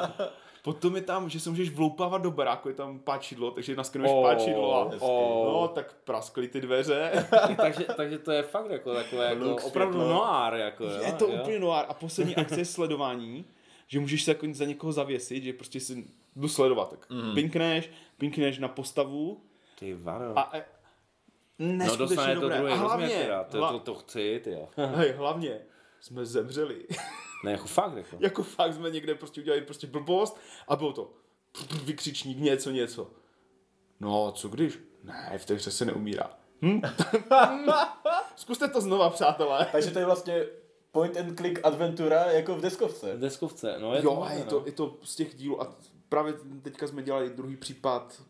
Potom je tam, že se můžeš vloupávat do baráku, je tam páčidlo, takže naskenuješ Oh, páčidlo a hezky. no, tak praskly ty dveře. takže, takže to je fakt jako takové jako Luk, opravdu světlo. noir. Jako, jo, Je to jo. úplně noir. A poslední akce je sledování, že můžeš se jako za někoho zavěsit, že prostě si jdu sledovat. Tak Mhm. pinkneš, pinkneš na postavu Ty varo. a e, No neskutečně dostane to dobré. druhý A rozměr hlavně, teda. To, hla, to, to chci, ty jo. hej, hlavně jsme zemřeli. Ne, jako fakt jako. Jako fakt jsme někde prostě udělali prostě blbost a bylo to vykřičník, něco, něco. No, co když? Ne, v té hře se neumírá. Hm? Zkuste to znova, přátelé. Takže to je vlastně point and click adventura jako v deskovce. V deskovce, no je Jo, to a je možné, to, no. je to z těch dílů a právě teďka jsme dělali druhý případ.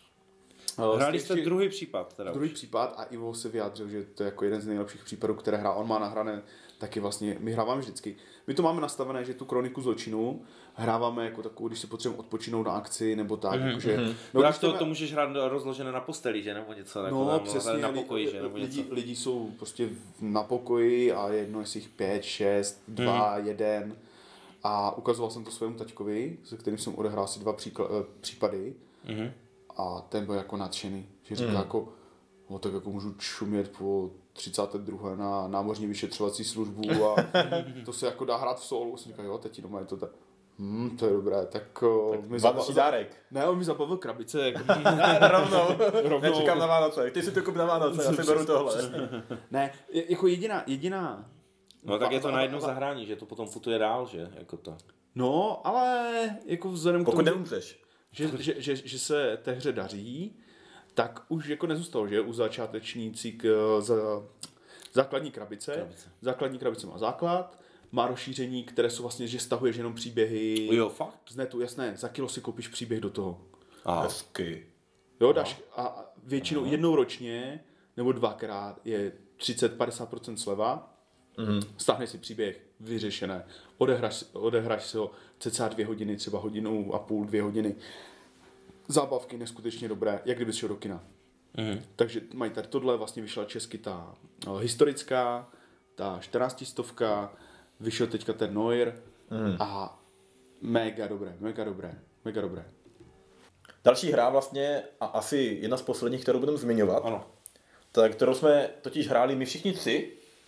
Hráli Z těch- jste druhý případ teda druhý už. případ a Ivo se vyjádřil, že to je jako jeden z nejlepších případů, které hrál. On má nahrané taky vlastně, my hráváme vždycky. My to máme nastavené, že tu kroniku zločinu hráváme jako takovou, když si potřebujeme odpočinout na akci nebo tak. Mhm, Jakože, mhm. no, No, když tak to, to, to můžeš hrát rozložené na posteli, že? Nebo něco jako no, tam, přesně, na li- pokoji, že? Nebo lidi, něco. lidi jsou prostě v- na pokoji a jedno jestli jich pět, šest, dva, Mhm. jeden. A ukazoval jsem to svému taťkovi, se kterým jsem odehrál si dva příkla- eh, případy. Mhm. A ten byl jako nadšený, že říká Mm. jako, no tak jako můžu čumět po třicáté druhé na námořní vyšetřovací službu a to se jako dá hrát v solu. Jsem říkal, jo, teti, doma je to tak. Hm, to je dobré, tak, tak mi Vánoční dárek. Ne, on mi zabavil krabice, jako, Ne, rovnou. Rovnou. Nečekám na Vánoce. Ty si to kup na Vánoce, já si beru tohle. ne, je- jako jediná, jediná, No tak je to Va- na jedno va- zahrání, že to potom putuje dál, že? Jako to. no, ale jako vzhledem k Pokud tomu, neumřeš. že, že, že, že se té hře daří, tak už jako nezůstalo, že u začátečnící k, za, základní krabice. Krabice. Základní krabice má základ, má rozšíření, které jsou vlastně, že stahuješ jenom příběhy Jo, fakt? z netu, jasné, za kilo si koupíš příběh do toho. Aha. Hezky. Jo, dáš a většinou jednou ročně nebo dvakrát je třicet až padesát procent sleva, Mhm. stáhneš si příběh, vyřešené, odehráš, odehráš si ho cca dvě hodiny, třeba hodinu a půl, dvě hodiny. Zábavky neskutečně dobré, jak kdyby šel do kina. Mhm. Takže mají tady tohle, vlastně vyšla česky ta no, historická, ta čtrnáctistovka, vyšel teďka ten Noir Mhm. a mega dobré, mega dobré, mega dobré. Další hra vlastně, a asi jedna z posledních, kterou budeme zmiňovat, Ano. tak, kterou jsme totiž hráli my všichni tři,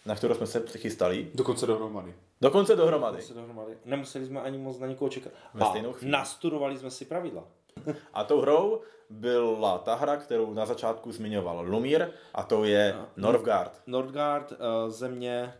na kterou jsme se přichystali. Dokonce dohromady. Dokonce dohromady. Dokonce dohromady. Nemuseli jsme ani moc na někoho čekat. Ve A stejnou chvíli. nastudovali jsme si pravidla. A tou hrou byla ta hra, kterou na začátku zmiňoval Lumír, a to je Northgard. Northgard, uh, země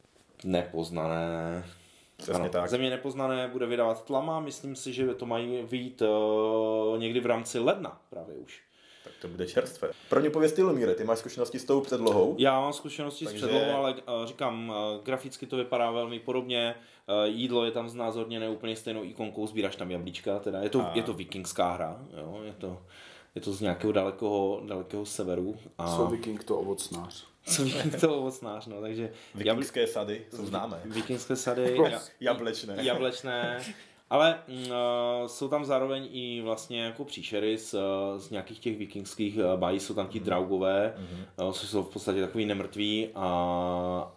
nepoznané. Přesně Ano, tak. Země nepoznané bude vydávat Tlama, myslím si, že to mají vyjít uh, někdy v rámci ledna právě už. Tak to bude čerstvé. První pověz ty, Lumíre, ty máš zkušenosti s tou předlohou? Já mám zkušenosti Takže... s předlohou, ale uh, říkám, uh, graficky to vypadá velmi podobně, uh, jídlo je tam znázorněné úplně stejnou ikonkou, sbíráš tam jablíčka, teda je to, A... je to vikingská hra, jo? Je, to, je to z nějakého dalekého, dalekého severu. A... Co viking, to ovocnář. Co viking, to ovocnář, no, takže... Vikingské jabl... sady jsou známé. Vikingské sady, ja... jablečné. jablečné. Ale uh, jsou tam zároveň i vlastně jako příšery z, z nějakých těch vikingských uh, bájí, jsou tam ti draugové, mm-hmm. uh, což jsou v podstatě takový nemrtví a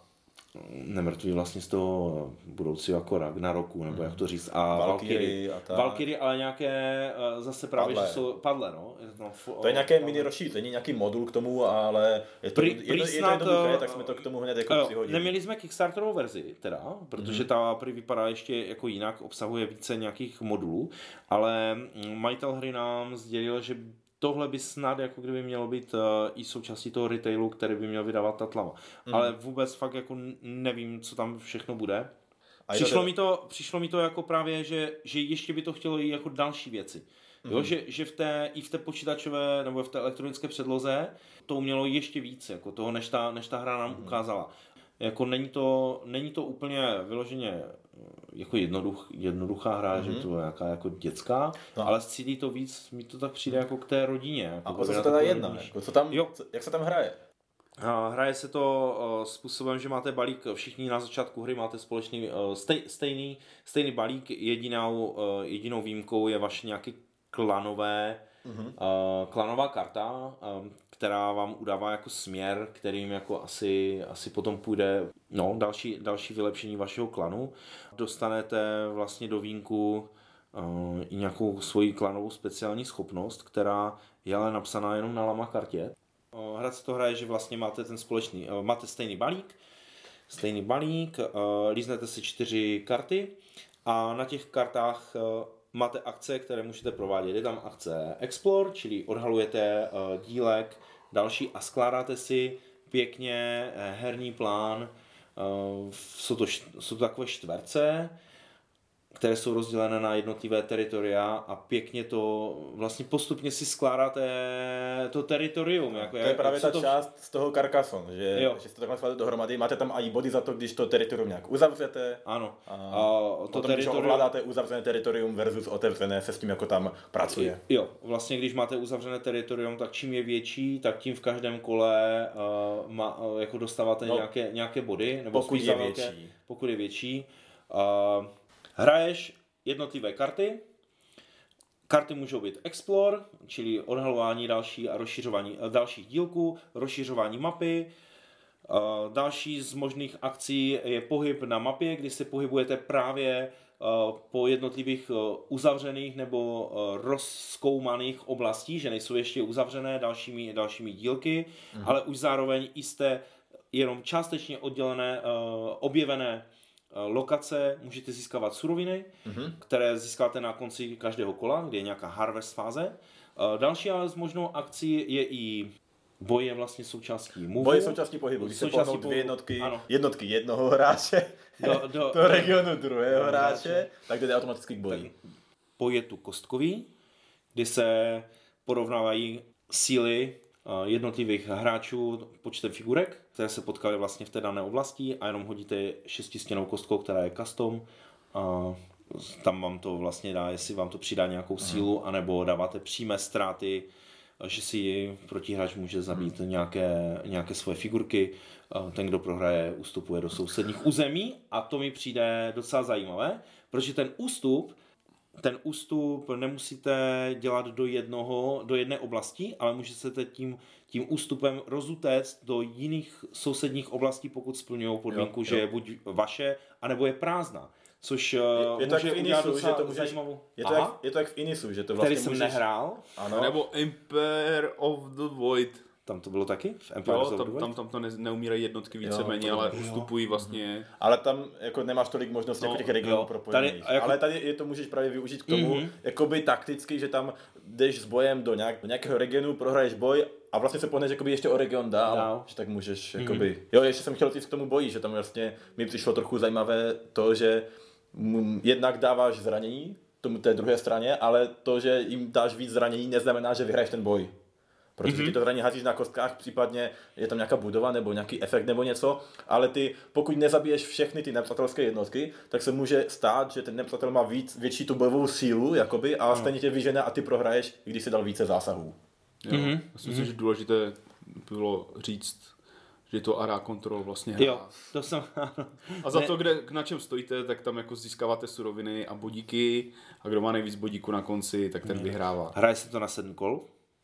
nemrtví vlastně z toho budoucího jako Ragnaroku, nebo mm-hmm. jak to říct, a Valkyrie, Valkyrie, ale nějaké uh, zase právě, padlé. že jsou padlé, no. no to je nějaké mini rozšíření, nějaký modul k tomu, ale je to, Pri, je to, je to jednoduché, tak jsme to k tomu hned jako jo, přihodili. Neměli jsme Kickstarterovou verzi teda, protože mm-hmm. ta prý vypadá ještě jako jinak, obsahuje více nějakých modulů, ale majitel hry nám sdělil, že tohle by snad jako kdyby mělo být uh, i součástí toho retailu, který by měl vydávat ta Tlama. Mm. Ale vůbec fakt jako nevím, co tam všechno bude. A přišlo, to mi to, přišlo mi to jako právě, že, že ještě by to chtělo i jako další věci. Mm. Jo, že, že v té, i v té počítačové nebo v té elektronické předloze to umělo ještě víc jako toho, než ta, než ta hra nám mm. ukázala. Jako není to, není to úplně vyloženě jako jednoduch, jednoduchá hra, mm-hmm. že to je nějaká jako dětská, no. ale cítí to víc, mi to tak přijde jako k té rodině. Jako a o co se teda jedná? Jako, co tam, jo. Co, jak se tam hraje? A hraje se to uh, způsobem, že máte balík, všichni na začátku hry máte společný, uh, stej, stejný, stejný balík, jedinou, uh, jedinou výjimkou je vaše nějaké klanové, mm-hmm. uh, klanová karta, uh, která vám udává jako směr, kterým jako asi, asi potom půjde no, další, další vylepšení vašeho klanu. Dostanete vlastně do vínku uh, i nějakou svoji klanovou speciální schopnost, která je ale napsaná jenom na lama kartě. Uh, hra se to hraje, že vlastně máte ten společný, uh, máte stejný balík, stejný balík, uh, líznete si čtyři karty a na těch kartách uh, máte akce, které můžete provádět. Je tam akce Explore, čili odhalujete uh, dílek další a skládáte si pěkně herní plán. Jsou to, jsou to takové čtverce, které jsou rozdělené na jednotlivé teritoria a pěkně to vlastně postupně si skládáte to teritorium. Jako, to je právě ta to... část z toho Carcassonne, že, že se to takhle skládáte dohromady. Máte tam i body za to, když to teritorium nějak uzavřete. Ano. A, a to potom, teritorium... když ovládáte uzavřené teritorium versus otevřené, se s tím jako tam pracuje. Jo, vlastně když máte uzavřené teritorium, tak čím je větší, tak tím v každém kole uh, má, uh, jako dostáváte no, nějaké, nějaké body. Nebo pokud je velké, větší. Pokud je větší. Uh, Hraješ jednotlivé karty. Karty můžou být Explore, čili odhalování další a rozšiřování dalších dílků, rozšiřování mapy. Další z možných akcí je pohyb na mapě, kdy se pohybujete právě po jednotlivých uzavřených nebo rozkoumaných oblastí, že nejsou ještě uzavřené dalšími, dalšími dílky, mhm. ale už zároveň jste jenom částečně oddělené, objevené lokace, můžete získávat suroviny, mm-hmm. které získáte na konci každého kola, kde je nějaká harvest fáze. Další ale z možnou akcí je i boj je vlastně součástí movu. Boj je součástí pohybu, když se pohnou dvě jednotky, ano. jednotky jednoho hráče do, do, do regionu druhého hráče, hráče, tak jde automaticky k boji. Boj je tu kostkový, kdy se porovnávají síly jednotlivých hráčů počtem figurek, které se potkaly vlastně v té dané oblasti a jenom hodíte šestistěnnou kostkou, která je custom. A tam vám to vlastně dá, jestli vám to přidá nějakou sílu, anebo dáváte přímé ztráty, že si protihráč může zabít hmm. nějaké, nějaké svoje figurky. Ten, kdo prohraje, ustupuje do sousedních území a to mi přijde docela zajímavé, protože ten ústup Ten ústup nemusíte dělat do jednoho, do jedné oblasti, ale můžete tím, tím ústupem rozutéct do jiných sousedních oblastí, pokud splňují podmínku, jo, jo. že je buď vaše, anebo je prázdná. Což je, je to může udělat docela to můžeš, zajímavou. Je to, jak, je to jak v Inisu, že to vlastně který jsem můžeš... nehrál. Ano. Nebo Empire of the Void. Tam to bylo taky? V Empires Jo, of the tam, Wild? tam, tam to ne, neumírají jednotky Jo, víceméně, to- ale jo. ustupují vlastně. Ale tam jako nemáš tolik možností No, jako těch regionů jo. propojených. Tady- a jako- Ale tady je to můžeš právě využít k tomu, Mhm. jakoby takticky, že tam jdeš s bojem do, nějak, do nějakého regionu, prohraješ boj a vlastně se pohneš jakoby ještě o region dál, Dál. že tak můžeš jakoby... Jo, ještě jsem chtěl říct k tomu boji, že tam vlastně mi přišlo trochu zajímavé to, že mm, jednak dáváš zranění tomu té druhé straně, ale to, že jim dáš víc zranění, neznamená, že vyhraješ ten boj. Protože ty to zranění házíš na kostkách, případně je tam nějaká budova nebo nějaký efekt nebo něco, ale ty, pokud nezabiješ všechny ty nepřátelské jednotky, tak se může stát, že ten nepřátel má víc, větší tu bojovou sílu, jakoby, a stejně tě vyžene a ty prohraješ, i když si dal více zásahů. Jo. Mm-hmm. Já si myslím, že důležité bylo říct, že je to area control vlastně hra. Jo, to jsem... A za Ne- to, kde, na čem stojíte, tak tam jako získáváte suroviny a bodíky a kdo má nejvíc bodíků na konci, tak ten vyhrává. Hraje se to na sedm kol?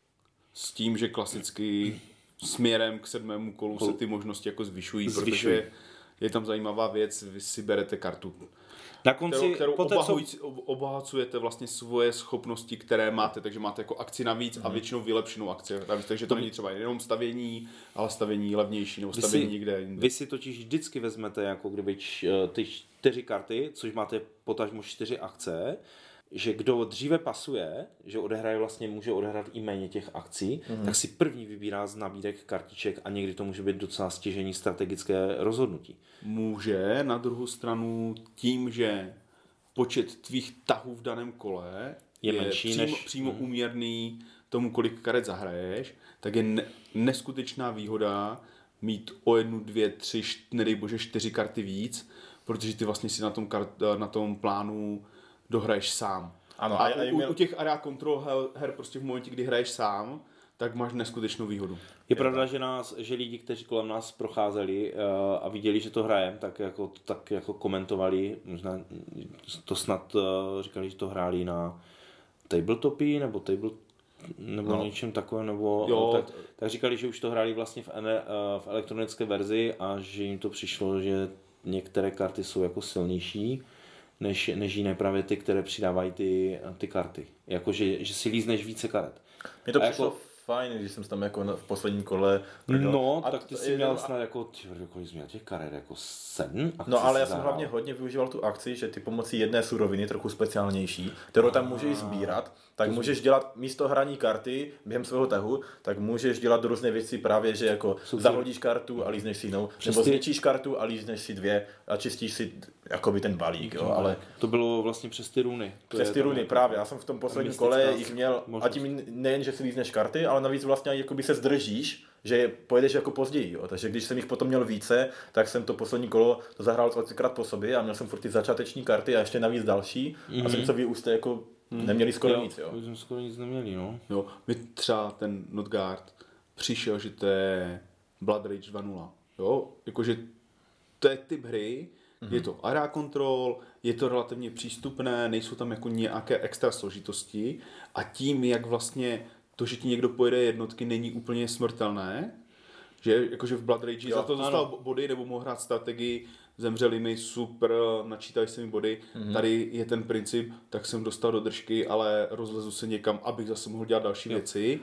S tím, že klasicky směrem k sedmému kolu se ty možnosti jako zvyšují, Zvyšují. protože je tam zajímavá věc, vy si berete kartu, Na kterou, konci, kterou poté, co... obahujíc- ob- obohacujete vlastně svoje schopnosti, které máte, takže máte jako akci navíc Mhm. a většinou vylepšenou akci navíc, takže to není třeba jenom stavění, ale stavění levnější nebo Vy stavění si, někde jinde. vy si totiž vždycky vezmete jako kdyby č, ty čtyři karty, což máte potažmo čtyři akce, že kdo dříve pasuje, že odehraje vlastně, může odehrát i méně těch akcí, mm. tak si první vybírá z nabídek kartiček a někdy to může být docela stěžení strategické rozhodnutí. Může na druhou stranu tím, že počet tvých tahů v daném kole Je je, menší přímo, než- přímo úměrný tomu, kolik karet zahraješ, tak je ne, neskutečná výhoda mít o jednu, dvě, tři, št, nedej bože, čtyři karty víc, protože ty vlastně si na tom, kart, na tom plánu dohraješ sám. Ano, a a- a u, měl- u těch area control her, her prostě v momentě, kdy hraješ sám, tak máš neskutečnou výhodu. Je pravda, že, nás, že lidi, kteří kolem nás procházeli uh, a viděli, že to hrajem, tak jako, tak jako komentovali, možná to snad uh, říkali, že to hráli na tabletopy nebo table nebo no. něčem takovém, nebo Jo. tak, tak říkali, že už to hráli vlastně v, ene, uh, v elektronické verzi a že jim to přišlo, že některé karty jsou jako silnější než, než jiné právě ty, které přidávají ty, ty karty. Jakože že si lízneš více karet. Mně to A přišlo jako- fajn, když jsem tam jako na- v posledním kole. No, a tak ty to- jsi je- měl a- snad jako, ty, kolik jsi měl těch karet, jako sedm? akcí No ale jsi já jsem zahrál. hlavně hodně využíval tu akci, že ty pomocí jedné suroviny, trochu speciálnější, kterou tam můžeš sbírat, tak můžeš dělat místo hraní karty během svého tahu, tak můžeš dělat různé věci právě, že jako Super. zahodíš kartu a lízneš si jinou, Přes nebo ty- zničíš kartu a lízneš si dvě a čistíš si jakoby ten balík, jo, ale To bylo vlastně přes ty runy. To přes je ty tam runy jako- právě, já jsem v tom posledním mystická kole jich měl, možnost. a tím nejen, že si lízneš karty, ale navíc vlastně jakoby se zdržíš, že pojedeš jako později, jo. Takže když jsem jich potom měl více, tak jsem to poslední kolo to zahrál třikrát po sobě a měl jsem furt ty začáteční karty a ještě navíc další mm-hmm. a jsem co vy už jste jako neměli skoro jo, nic, jo. My jsme skoro nic neměli, no. Jo, mi třeba ten Notguard přišel, že to je Blood Rage dva nula. Jo, jakože to je typ hry, mm-hmm. je to area control, je to relativně přístupné, nejsou tam jako nějaké extra složitosti a tím, jak vlastně to, že ti někdo pojede jednotky, není úplně smrtelné, že jakože v Blood Rage Jo, za to ano. dostal body nebo mohl hrát strategii, zemřeli mi, super, načítali se mi body, mm-hmm. tady je ten princip, tak jsem dostal do držky, ale rozlezu se někam, abych zase mohl dělat další Jo. věci,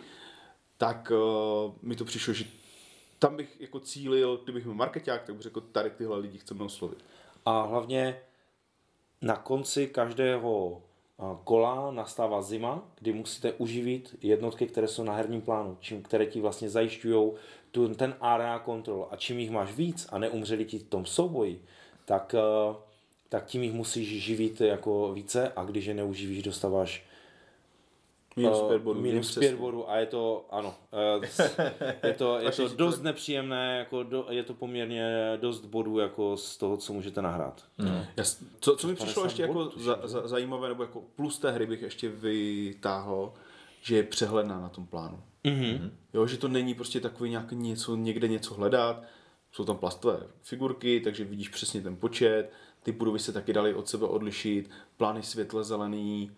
tak uh, mi to přišlo, že tam bych jako cílil, kdybych měl marketák, tak bych řekl, tady tyhle lidi chceme oslovit. A hlavně na konci každého a, kola nastává zima, kdy musíte uživit jednotky, které jsou na herním plánu, čím, které ti vlastně zajišťují tu, ten area control. A čím jich máš víc a neumřeli ti v tom souboji, tak, a, tak tím jich musíš živit jako více a když je neuživíš, dostáváš Minus Uh, pět bodů. minus přesně. pět bodů a je to, ano, uh, je to, je to dost nepříjemné, jako do, je to poměrně dost bodů jako z toho, co můžete nahrát. No. Já, s- co, co mi přišlo padesát ještě jako bodů, za, za, zajímavé, nebo jako plus té hry bych ještě vytáhl, že je přehledná na tom plánu. Mm-hmm. Jo, že to není prostě takový nějak něco, někde něco hledat, jsou tam plastové figurky, takže vidíš přesně ten počet, ty budovy se taky daly od sebe odlišit, plány světle zelený,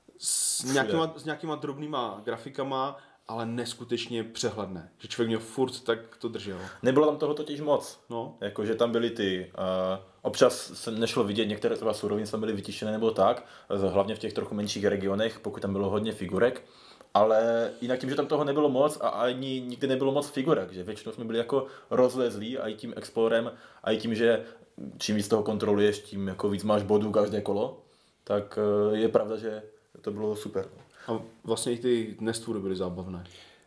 s nějakýma, s nějakýma drobnýma grafikama, ale neskutečně přehledné. Že člověk měl furt tak to držel. Nebylo tam toho totiž moc. No. Jakože tam byly ty, uh, občas se nešlo vidět, některé třeba suroviny tam byly vytišené nebo tak, hlavně v těch trochu menších regionech, pokud tam bylo hodně figurek, Ale jinak tím, že tam toho nebylo moc a ani nikdy nebylo moc figurek, že většinou jsme byli jako rozlezlí a i tím Explorem a i tím, že čím víc toho kontroluješ, tím jako víc máš bodů každé kolo, tak je pravda, že to bylo super. A vlastně i ty nestvůry byly zábavné.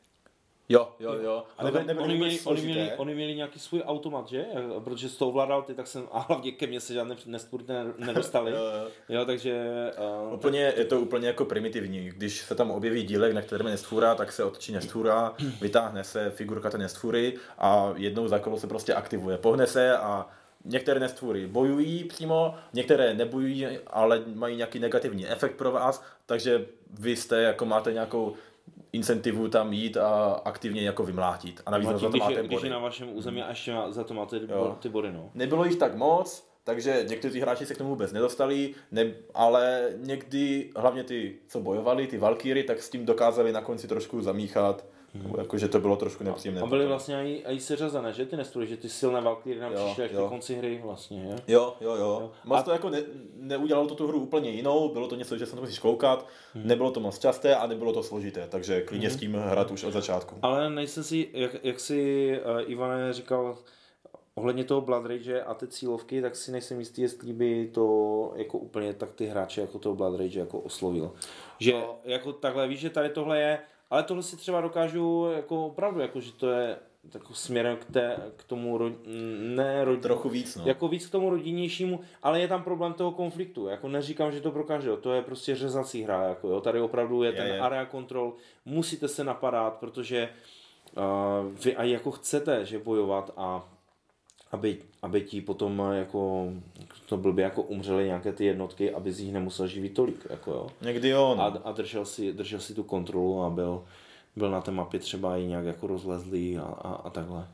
Jo, jo, jo. A nebyly, nebyly, oni, nebyly měli, oni, měli, oni měli nějaký svůj automat, že? Protože jsi to ovládal ty, tak jsem, a hlavně ke mně se žádné nestvůry nedostali. jo, jo. jo, takže... Uh, úplně, je to úplně jako primitivní. Když se tam objeví dílek, na kterém je nestvůra, tak se otočí nestvůra, vytáhne se figurka té nestvůry a jednou za kolo se prostě aktivuje. Pohne se a některé nestvůry bojují přímo, některé nebojují, ale mají nějaký negativní efekt pro vás, takže vy jste jako máte nějakou incentivu tam jít a aktivně jako vymlátit. A navíc Máte, za to máte když, body. když je na vašem území a ještě za to máte Jo. ty body, no. Nebylo jich tak moc, takže někteří hráči se k tomu vůbec nedostali, ne, ale někdy, hlavně ty, co bojovali, ty Valkyry, tak s tím dokázali na konci trošku zamíchat, hmm. jakože to bylo trošku nepříjemné. A byly vlastně i, i seřazené, že ty nestvůry, že ty silné Valkyry nám přišly až ke konci hry vlastně, je? Jo, jo, jo. jo. Moc A... to jako ne, neudělalo to tu hru úplně jinou, bylo to něco, že se to musíš koukat, hmm. nebylo to moc časté a nebylo to složité, takže klidně hmm. s tím hrát už od začátku. Ale nejsem si, jak, jak si uh, Ivane říkal, ohledně toho Blood Rage a ty cílovky, tak si nejsem jistý, jestli by to jako úplně tak ty hráče jako toho Blood Rage jako oslovil. Že no. jako takhle víš, že tady tohle je, ale tohle si třeba dokážu jako opravdu, jako že to je jako směrem k, té, k tomu ro, ne rodin, trochu víc, no. Jako víc k tomu rodinnějšímu, ale je tam problém toho konfliktu. Jako neříkám, že to pro každého, to je prostě řezací hra, jako jo. Tady opravdu je, je ten je. area control, musíte se napadat, protože uh, vy aj jako chcete, že bojovat a aby, aby ti potom jako to blbě jako umřely nějaké ty jednotky, aby z nich nemusel živit tolik, jako jo. Někdy jo, no. A, a držel si, držel si tu kontrolu a byl, byl na té mapě třeba i nějak jako rozlezlý a, a, a takhle.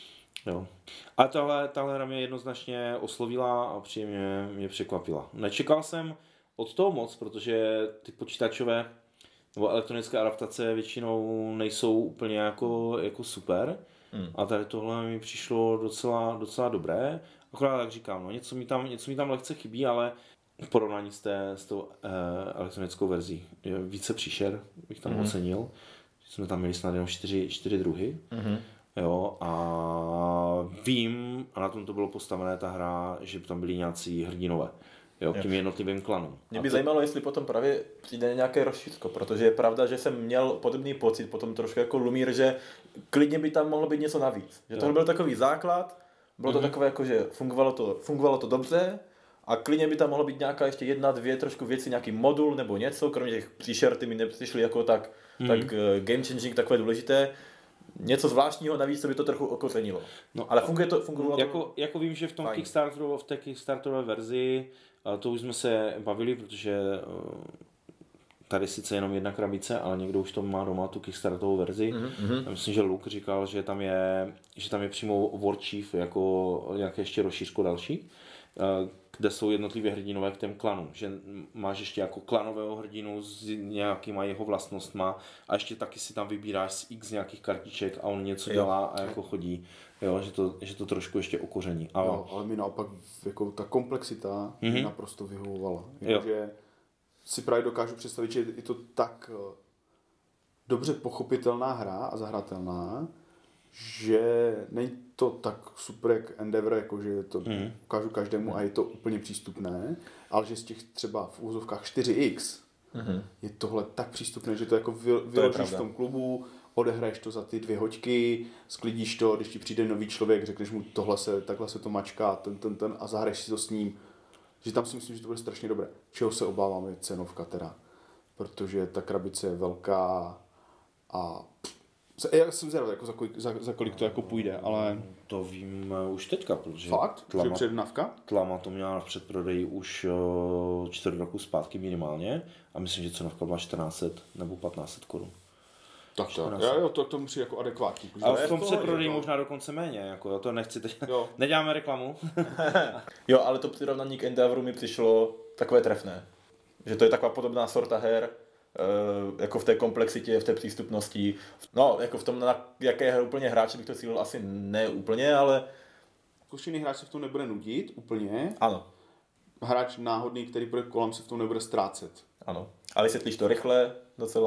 Jo. A tahle, tahle hra mě jednoznačně oslovila a příjemně mě překvapila. Nečekal jsem od toho moc, protože ty počítačové nebo elektronické adaptace většinou nejsou úplně jako, jako super. Hmm. A tady tohle mi přišlo docela, docela dobré. Akorát tak říkám, no, něco mi tam, něco mi tam lehce chybí, ale v porovnání s, té, s tou eh, elektronickou verzí je více příšer, bych tam hmm. ocenil. Jsme tam měli snad jenom čtyři, čtyři druhy. Hmm. Jo, a vím, a na tom to bylo postavené ta hra, že tam byli nějací hrdinové. Jo, k těm jednotlivým klanům. Mě by to... zajímalo, jestli potom právě přijde nějaké rozšířko, protože je pravda, že jsem měl podobný pocit, potom trošku jako Lumír, že klidně by tam mohlo být něco navíc. Že tohle byl takový základ, bylo mm-hmm. to takové jako, že fungovalo to, fungovalo to dobře a klidně by tam mohlo být nějaká ještě jedna, dvě trošku věci, nějaký modul nebo něco, kromě těch příšer, ty mi nepřišly jako tak, mm-hmm. tak uh, game changing, takové důležité. Něco zvláštního, navíc to by to trochu okořenilo. No, ale funguje to, fungovalo jako, to... Jako vím, že v tom Kickstarteru, v té Kickstarterové verzi, to už jsme se bavili, protože tady sice jenom jedna krabice, ale někdo už to má doma, tu Kickstarterovou verzi. Mm-hmm. Myslím, že Luke říkal, že tam je, že tam je přímo War Chief jako nějaké ještě rozšířko další, kde jsou jednotlivě hrdinové k těm klanům. Že máš ještě jako klanového hrdinu s nějakýma jeho vlastnostma a ještě taky si tam vybíráš z x nějakých kartiček a on něco dělá a jako chodí. Jo, že to, že to trošku ještě okoření. A... Jo, ale mi naopak jako ta komplexita mm-hmm. mi naprosto vyhovovala. Že si právě dokážu představit, že je to tak dobře pochopitelná hra a zahratelná, že není to tak super jak Endeavor, jako že to mm. ukážu každému a je to úplně přístupné, ale že z těch třeba v úzovkách čtyři iks mm. je tohle tak přístupné, že to jako vy, vyložíš v tom klubu, odehraješ to za ty dvě hoďky, sklidíš to, když ti přijde nový člověk, řekneš mu tohle se, takhle se to mačká, ten, ten, ten a zahraješ si to s ním. Že tam si myslím, že to bude strašně dobré. Čeho se obávám je cenovka teda, protože ta krabice je velká a já jsem zvědavý, jako za, kolik, za, za kolik to jako půjde, ale... To vím už teďka, protože... Fakt? Tlama, že přednavka? Tlama to měla v předprodeji už čtvrt roku zpátky minimálně a myslím, že cenovka byla čtrnáct set nebo patnáct set korun. Tak to, já, jo, to, to musí jako adekvátní. Ale v tom předprodeji možná dokonce méně, jako to nechci teď... Jo. Neděláme reklamu. Jo, ale to přirovnání k Endeavoru mi přišlo takové trefné. Že to je taková podobná sorta her, jako v té komplexitě, v té přístupnosti. No, jako v tom, na jaké hry úplně hráče bych to cílil, asi ne úplně, ale... Zkušený hráč se v tom nebude nudit úplně. Ano. Hráč náhodný, který bude kolem, se v tom nebude ztrácet. Ano. Ale vysvětlíš to rychle, docela...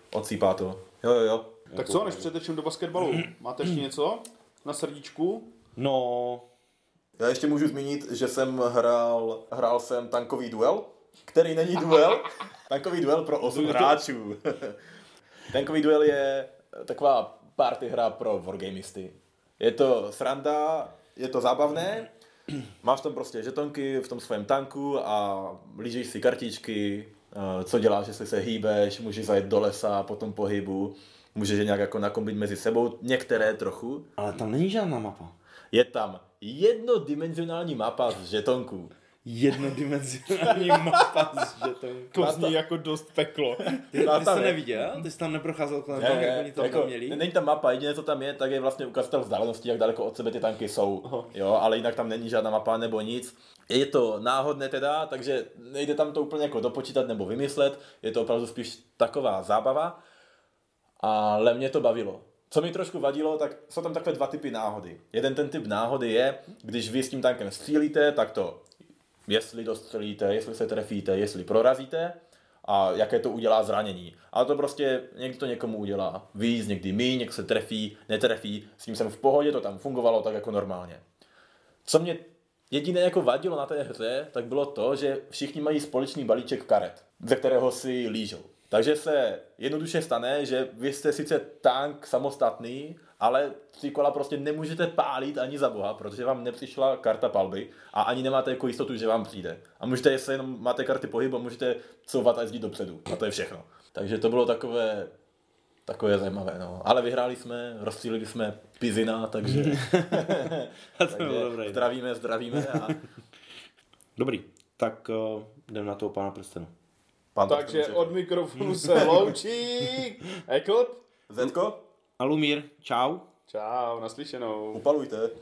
odsýpá to. Jo, jo, jo. Tak co, než přetečím do basketbalu, máte ještě něco na srdíčku? No, Já ještě můžu zmínit, že jsem hrál, hrál jsem tankový duel, který není duel. Tankový duel pro osm hráčů. Tankový duel je taková party hra pro wargamisty. Je to sranda, je to zábavné, máš tam prostě žetonky v tom svém tanku a lížíš si kartičky, co děláš, jestli se hýbeš, můžeš zajet do lesa po tom pohybu, můžeš je nějak jako nakombit mezi sebou, některé trochu. ale tam není žádná mapa. Je tam jednodimenzionální mapa z žetonků. Jednodimenzionální mapa z žetonů. To zní jako dost peklo. Ty, ty jsi to neviděl? Ty jsi tam neprocházel kolem toho, jak oni to jako, tam měli? není tam mapa, jediné co tam je, tak je vlastně ukazatel vzdálenosti, jak daleko od sebe ty tanky jsou. Aha. Jo, ale jinak tam není žádná mapa nebo nic. Je to náhodné teda, takže nejde tam to úplně jako dopočítat nebo vymyslet, je to opravdu spíš taková zábava, ale mě to bavilo. Co mi trošku vadilo, tak jsou tam takové dva typy náhody. Jeden ten typ náhody je, když vy s tím tankem střílíte, tak to, jestli dostřelíte, jestli se trefíte, jestli prorazíte a jaké to udělá zranění. Ale to prostě někdy to někomu udělá víc, někdy míň, někdo se trefí, netrefí, s tím jsem v pohodě, to tam fungovalo tak jako normálně. Co mě jediné jako vadilo na té hře, tak bylo to, že všichni mají společný balíček karet, ze kterého si lížou. Takže se jednoduše stane, že vy jste sice tank samostatný, ale tři kola prostě nemůžete pálit ani za boha, protože vám nepřišla karta palby a ani nemáte jako jistotu, že vám přijde. A můžete, jestli jenom máte karty pohybu, můžete couvat a jezdit dopředu. A to je všechno. Takže to bylo takové, takové zajímavé. No. Ale vyhráli jsme, rozstřílili jsme Pizina, takže, to bylo dobré. zdravíme, zdravíme. A... Dobrý, tak uh, jdem na toho Pána prstenu. Pán Takže od mikrofonu se loučí Ekot. Zetko, A Lumír, čau. Čau, naslyšenou. upalujte.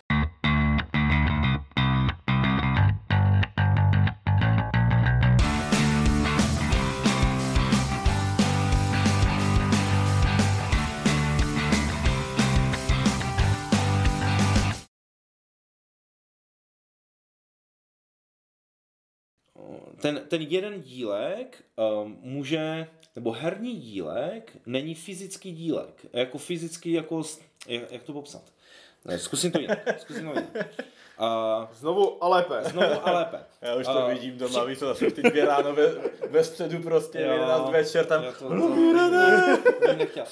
Ten, ten jeden dílek um, může, nebo herní dílek není fyzický dílek. Jako fyzický, jako, jak, jak to popsat? Ne, zkusím to jinak. Zkusím to jinak. Uh, Znovu a lépe. znovu a lépe. Já už to Uh, vidím doma, víš co, zase v ty dvě ráno ve, ve středu prostě, v jedenáct večer tam. Já to, to, to, to, to, to, to nechtěl.